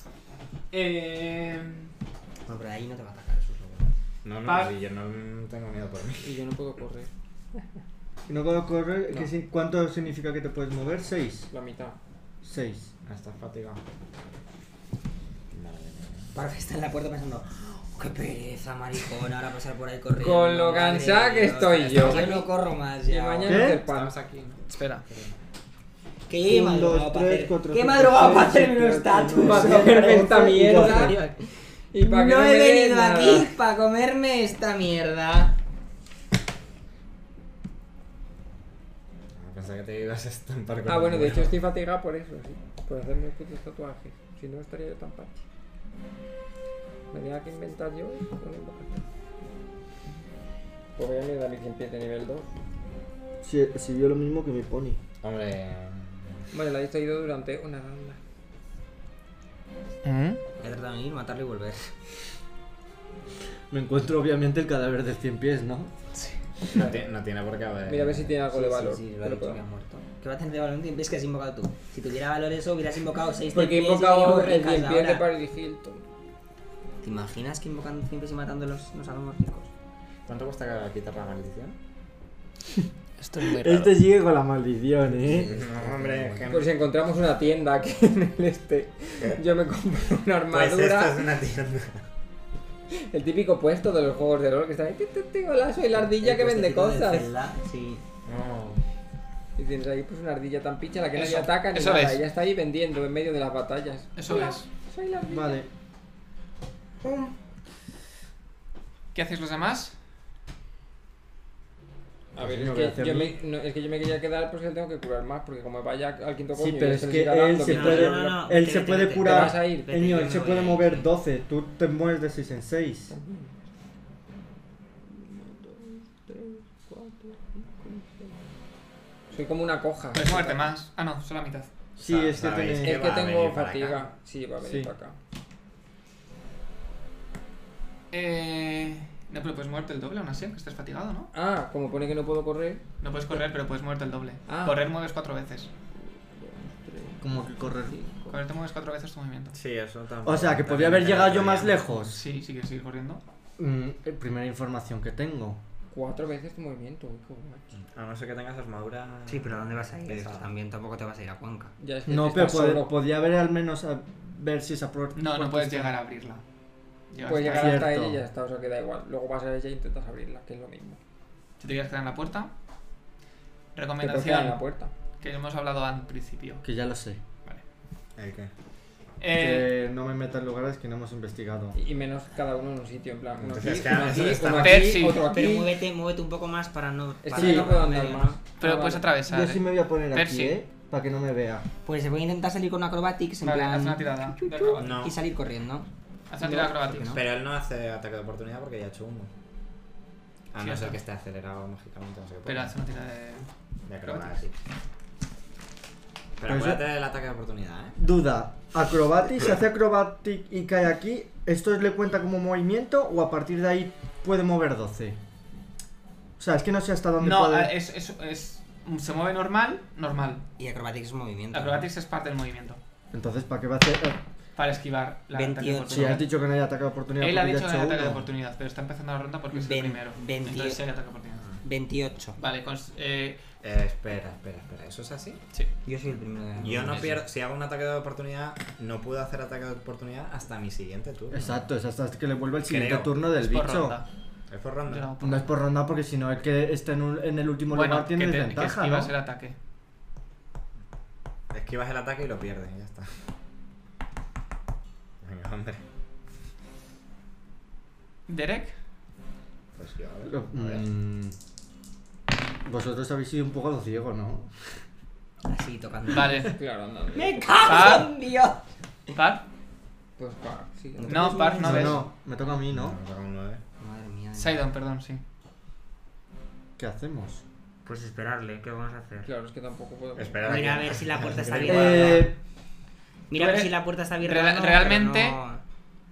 E: Bueno, pero ahí no te va a atacar, eso es lo bueno.
B: No, no,
A: Pa-
B: si yo no tengo miedo por mí.
D: Y yo no puedo correr.
C: Si no puedo correr,
D: No.
C: ¿cuánto significa que te puedes mover? 6.
D: La mitad.
C: 6.
B: Estás fatigado. Madre mía.
E: Parfe está en la puerta pensando, "Oh, qué pereza, maricón, ahora pasar por ahí corriendo.
D: Con lo
E: madre
D: cansada
E: de
D: que
E: Dios,
D: estoy yo.
E: Yo no corro más
D: Y
E: ya.
D: mañana
C: ¿Qué?
D: hacer pan.
B: Estamos aquí, ¿no?
A: Espera.
E: Que llegue
C: 1,
E: madrugado
C: 2,
E: para
C: 3,
E: hacer.
C: 4,
E: ¿Qué
C: 5,
E: madrugado para
C: 6,
E: hacerme un
C: 7,
E: estatus?
D: Para comerme esta mierda. Y para que
E: No
D: no
E: he
D: me dé
E: venido
D: nada.
E: aquí para comerme esta mierda.
B: Pensaba que te ibas a estampar con
D: Ah,
B: el
D: bueno, de
B: huevo.
D: hecho estoy fatigado por eso, sí. Por hacerme putos tatuajes. Si no estaría yo tan pacho. Me tenía que inventar yo una invocación. Pues voy a mirar mi 100 pies de nivel 2.
C: Si vio lo mismo que mi pony.
B: Hombre.
D: Vale, la he distraído durante una ronda.
E: He tratado de ir, matarlo y volver.
C: Me encuentro obviamente el cadáver de 100 pies, ¿no?
B: No tiene por qué haber.
D: Mira a ver si tiene algo de valor.
E: Sí,
D: Pero
E: lo ha dicho
D: puedo.
E: que ha muerto. ¿Qué va a tener de valor un 100 pies que has invocado tú? Si tuviera valor eso, hubieras invocado 6
D: Porque he invocado el 100 pies de Paris Hilton.
E: ¿Te imaginas que invocando 100 pies y matando nos hagamos ricos?
B: ¿Cuánto cuesta quitar la maldición?
A: Esto es muy
C: Este sigue con la maldición, ¿eh?
B: No, hombre, es que.
D: Pues si encontramos una tienda aquí en el este, yo me compro una
B: Pues esto
D: armadura.
B: es una tienda.
D: El típico puesto de los juegos de rol que está ahí. Hola, soy la ardilla que vende cosas.
E: Sí.
B: No.
D: Y tienes ahí pues una ardilla tan picha a la que nadie
A: Eso,
D: ataca ni
A: eso
D: nada.
A: es.
D: Ella está ahí vendiendo en medio de las batallas.
A: Eso
D: Hola,
A: es.
D: soy la ardilla.
C: Vale.
A: ¿Qué hacéis los demás?
D: A ver,
C: Pues
D: es
C: no voy a
D: que,
C: hacer
D: yo
C: ni-
D: es que yo me quería quedar porque le tengo que curar más. Porque como vaya al quinto coño
C: Sí, pero
D: y
C: es
D: este
C: que
D: siga
C: él
D: dando,
C: se
D: que
C: puede,
D: no-
C: él se puede
D: Te
C: curar.
D: vas a ir.
E: Vete,
C: Eño,
E: yo
C: él
E: me
C: se
E: voy
C: puede
E: a ir.
C: mover 12. Tú te mueves de 6 en 6.
D: 3, 4, 5, 6. Soy como una coja.
A: Puedes moverte más. Ah, no, solo la mitad.
C: Sí, es que
B: ¿Sabéis
C: tiene...
D: Es que
B: va a
D: tengo
B: venir para
D: fatiga.
B: acá?
D: Sí, va a venir
C: Sí.
D: para acá.
A: No, pero puedes moverte el doble aún así, aunque estés fatigado, ¿no?
D: Ah, como pone que no puedo correr.
A: No puedes correr, pero puedes moverte el doble.
D: Ah.
A: Correr mueves 4 veces.
D: 3,
C: Como que correr.
D: 5.
A: Correr te mueves 4 veces tu movimiento.
B: Sí, eso tampoco.
C: O sea, que podía haber llegado yo más lejos.
A: Sí, sí que seguir corriendo.
C: Primera información que tengo.
D: 4 veces tu movimiento. Uy, qué guay.
B: A no ser que tengas armadura.
E: Sí, pero ¿dónde vas a ir?
B: Pesada.
E: También tampoco te vas a ir a Cuenca.
D: Ya es que
C: No,
D: estás
C: pero
D: solo.
C: podía haber al menos a ver si esa
A: No puedes llegar a abrirla. Llegas
D: Puedes
A: hasta
D: llegar
A: ahí.
D: hasta
C: Cierto.
D: ella y ya está, o sea que da igual. Luego vas a ella e intentas abrirla, que es lo mismo.
A: Si te quieres quedar en la puerta.
D: Te puedes quedar en la
A: Recomendación
D: puerta.
A: que hemos hablado al principio.
C: Que ya lo sé.
A: Vale.
B: ¿El qué?
C: Que no me metas en lugares que no hemos investigado.
D: Y menos cada uno en un sitio, en plan, uno aquí,
B: Entonces,
D: uno
B: claro,
D: aquí,
B: eso está
D: uno
B: mal.
D: aquí,
A: Sí,
D: otro aquí.
E: Pero muévete un poco más para no...
D: Es
E: para
D: que
C: Sí.
D: no puedo andar
E: medio.
D: más.
A: Pero
D: Ah,
A: puedes
D: vale.
A: atravesar.
C: Yo sí me voy a poner
A: Percy.
C: aquí, para que no me vea.
E: Pues se puede intentar salir con acrobatics en
A: Vale, haz
E: plan...
A: una tirada. de acrobatics.
B: No.
E: Y salir corriendo.
A: Haz una tirada de
E: ¿por
A: acrobatics.
E: qué no?
B: Pero él no hace ataque de oportunidad porque ya ha hecho uno. A
A: Sí,
B: no
A: está.
B: ser que esté acelerado mágicamente, no sé qué.
A: Pero haz una tirada de.
B: De acrobacia. Pero
C: Pues
B: acuérdate del ataque de oportunidad, ¿eh?
C: Duda. Acrobatic, si hace acrobatic y cae aquí, ¿esto le cuenta como movimiento o a partir de ahí puede mover 12? O sea, es que no sé hasta dónde
A: No,
C: puede...
A: se mueve normal.
E: Y acrobatics es movimiento.
A: Acrobatics es parte del movimiento.
C: Entonces, ¿para qué va a hacer...?
A: Para esquivar la ataque de
E: 28.
C: Si
A: oportunidad.
C: has dicho que no hay ataque de oportunidad,
A: Él ha
C: porque ya
A: dicho
C: he
A: que hay
C: hecho
A: ataque de
C: uno.
A: oportunidad, pero está empezando la ronda porque es el
E: Ven-
A: primero.
E: 20.
A: Entonces sí hay ataque de oportunidad.
E: 28.
A: Vale,
B: Espera, ¿eso es así?
A: sí.
E: Yo soy el primero de...
B: Yo no pierdo, si hago un ataque de oportunidad, no puedo hacer ataque de oportunidad hasta mi siguiente turno.
C: Exacto, es hasta que le vuelva el siguiente
B: Creo.
C: turno del
A: Es por
C: bicho.
A: ronda.
B: ¿Es por ronda?
A: Yo
C: No es por ronda porque si no el que esté en el último
A: Bueno,
C: lugar tiene
A: que
C: desventaja,
A: esquivas
C: ¿no?
A: el ataque.
B: Esquivas el ataque y lo pierdes y ya está. Venga, hombre.
A: Derek,
B: Pues yo, a ver.
C: Lo-
B: A ver.
C: Vosotros habéis sido un poco lo ciego, ¿no?
E: Así, tocando.
A: vale.
D: Claro, andando.
E: ¡Me cago en Dios!
A: Par,
D: Pues claro, sí.
A: no, par, no ves.
C: No, me toca a mí, ¿no?
B: Me toca un 9.
E: Madre mía.
A: Sidon, perdón, sí.
C: ¿Qué hacemos?
E: Pues esperarle, ¿qué vamos a hacer?
D: Claro, es que tampoco puedo.
B: Espera.
E: Mira a ver si la puerta está
B: Igual,
E: abierta. Mira a ver
A: Tú eres-
E: si la puerta está abierta. o no,
A: realmente-
E: pero no-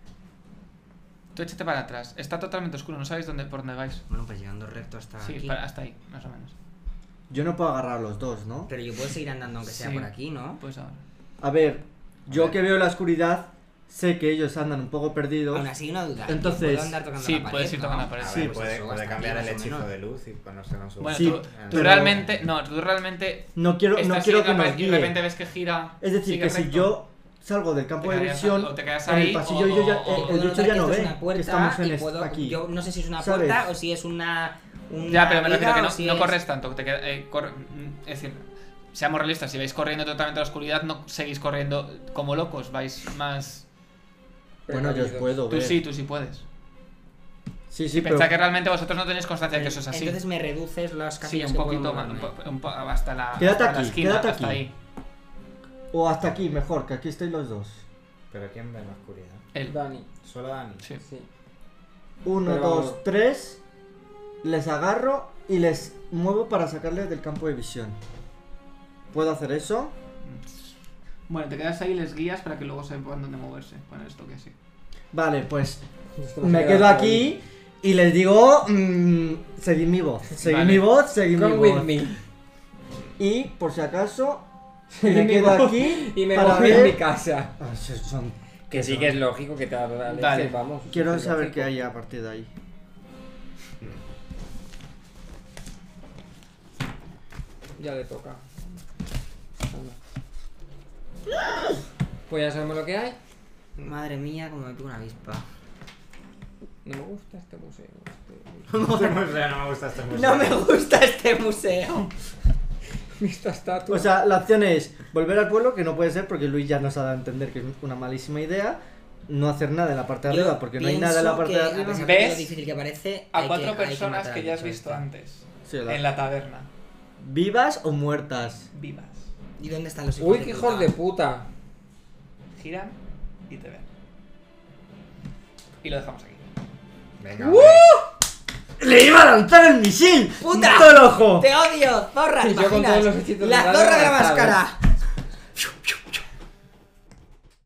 A: Tú échate para atrás. Está totalmente oscuro, no sabéis por dónde vais.
E: Bueno, pues llegando recto hasta
A: Sí,
E: aquí.
A: hasta ahí, más o menos.
C: Yo no puedo agarrar a los dos, ¿no?
E: Pero yo puedo seguir andando aunque sea
A: Sí.
E: por aquí, ¿no?
A: Pues ahora.
C: A ver, yo que veo la oscuridad, sé que ellos andan un poco perdidos.
E: Aún así, una duda.
C: Entonces-
E: ¿Yo puedo andar tocando
A: Sí,
E: la pared,
A: puedes ir
E: ¿no?
A: tocando la pared.
B: A
C: Sí,
B: ver,
E: pues
B: puede,
E: eso,
B: puede
E: hasta
B: cambiar
E: aquí,
B: el
E: más o
B: hechizo
E: menos.
B: de luz y ponerse con su...
A: Bueno,
C: Sí,
A: tú
C: pero-
A: realmente. No, tú realmente.
C: No quiero, no
A: estás
C: quiero
A: siguiendo
C: que
A: la
C: nos
A: pared y de repente
C: guíe.
A: ves que gira.
C: Es decir,
A: sigue
C: que si
A: recto.
C: yo salgo del campo
A: Te
C: de
A: quedarías-
C: visión,
A: o te quedas
C: en el
A: ahí,
C: pasillo
A: o-
C: yo ya,
A: o- o-
C: el
E: Puedo
C: bicho ya
E: notar
C: no
E: que esto
C: ve
E: es una puerta
C: que estamos en
E: y puedo-
C: aquí.
E: Yo no sé si es una
C: ¿Sabes?
E: puerta o si es una
A: Ya, pero me refiero
E: viga
A: que
E: o
A: no,
E: si
A: no
E: es-
A: corres tanto. Es decir, seamos realistas, si vais corriendo totalmente a la oscuridad, no seguís corriendo como locos, vais más.
C: Bueno, yo os puedo
A: Tú
C: ver.
A: sí pensad
C: Sí, sí, pero...
A: que realmente vosotros no tenéis constancia de que eso es así.
E: Entonces me reduces las
A: Sí,
E: casillas
A: un
E: que puedo
A: poquito más,
E: moverme.
A: hasta la,
C: Quédate
A: hasta la
C: aquí,
A: esquina,
C: quédate
A: hasta
C: aquí.
A: ahí.
C: O hasta aquí, mejor, que aquí estáis los dos.
B: Pero ¿quién ve en la oscuridad?
A: Él.
D: Dani,
B: Solo Dani.
A: Sí.
D: sí.
C: 1,
D: Pero
C: 2,
D: vamos.
C: 3. Les agarro y les muevo para sacarles del campo de visión. ¿Puedo hacer eso?
A: Bueno, te quedas ahí y les guías para que luego sepan dónde moverse. Poner esto que sí.
C: Vale, pues
D: Esto nos
C: me
D: queda
C: quedo
D: por
C: aquí y les digo... seguid mi voz. Seguid
A: Vale.
C: mi voz, seguid mi
D: Come with
C: voz.
D: me.
C: Y por si acaso,
D: Seguid
C: me
D: mi
C: quedo
D: voz
C: aquí
D: y me
C: para
D: voy a
C: ver...
D: mi casa.
C: Ah, son-
D: Que sí que es lógico que te alejes,
A: Dale.
D: vamos.
C: Quiero
D: es
C: saber
D: lógico.
C: qué hay a partir de ahí.
D: Ya le toca. Pues ya sabemos lo que hay.
E: Madre mía, como me pico una avispa.
D: No me gusta este museo.
B: Este museo no me gusta este museo.
E: No me gusta este museo.
D: Esta estatua.
C: O sea, la opción es volver al pueblo, que no puede ser porque Luis ya nos ha dado a entender que es una malísima idea. No hacer nada en la parte de
E: Yo
C: arriba porque no hay nada en la parte de
E: pienso que,
C: arriba.
E: a pesar
A: ¿Ves?
E: de lo difícil que parece,
A: A
E: hay
A: cuatro
E: hay
A: personas
E: matar
A: que
E: al
A: ya has
E: bicho
A: visto
E: este.
A: antes.
C: Sí,
A: En la taberna.
C: ¿Vivas o muertas?
A: Vivas.
E: ¿Y dónde están los hijos
D: Uy,
E: de
D: qué
E: puta?
D: hijos de puta.
A: Giran y te ven. Y lo dejamos aquí.
B: Venga, hombre.
C: ¡Le iba a lanzar el misil!
E: ¡Puta!
C: ¡Todo el ojo!
E: ¡Te odio, zorra!
D: Y yo con
E: ¿Imaginas?
D: todos los hechizos
E: La
D: de
E: zorra de la
D: Dani
E: máscara.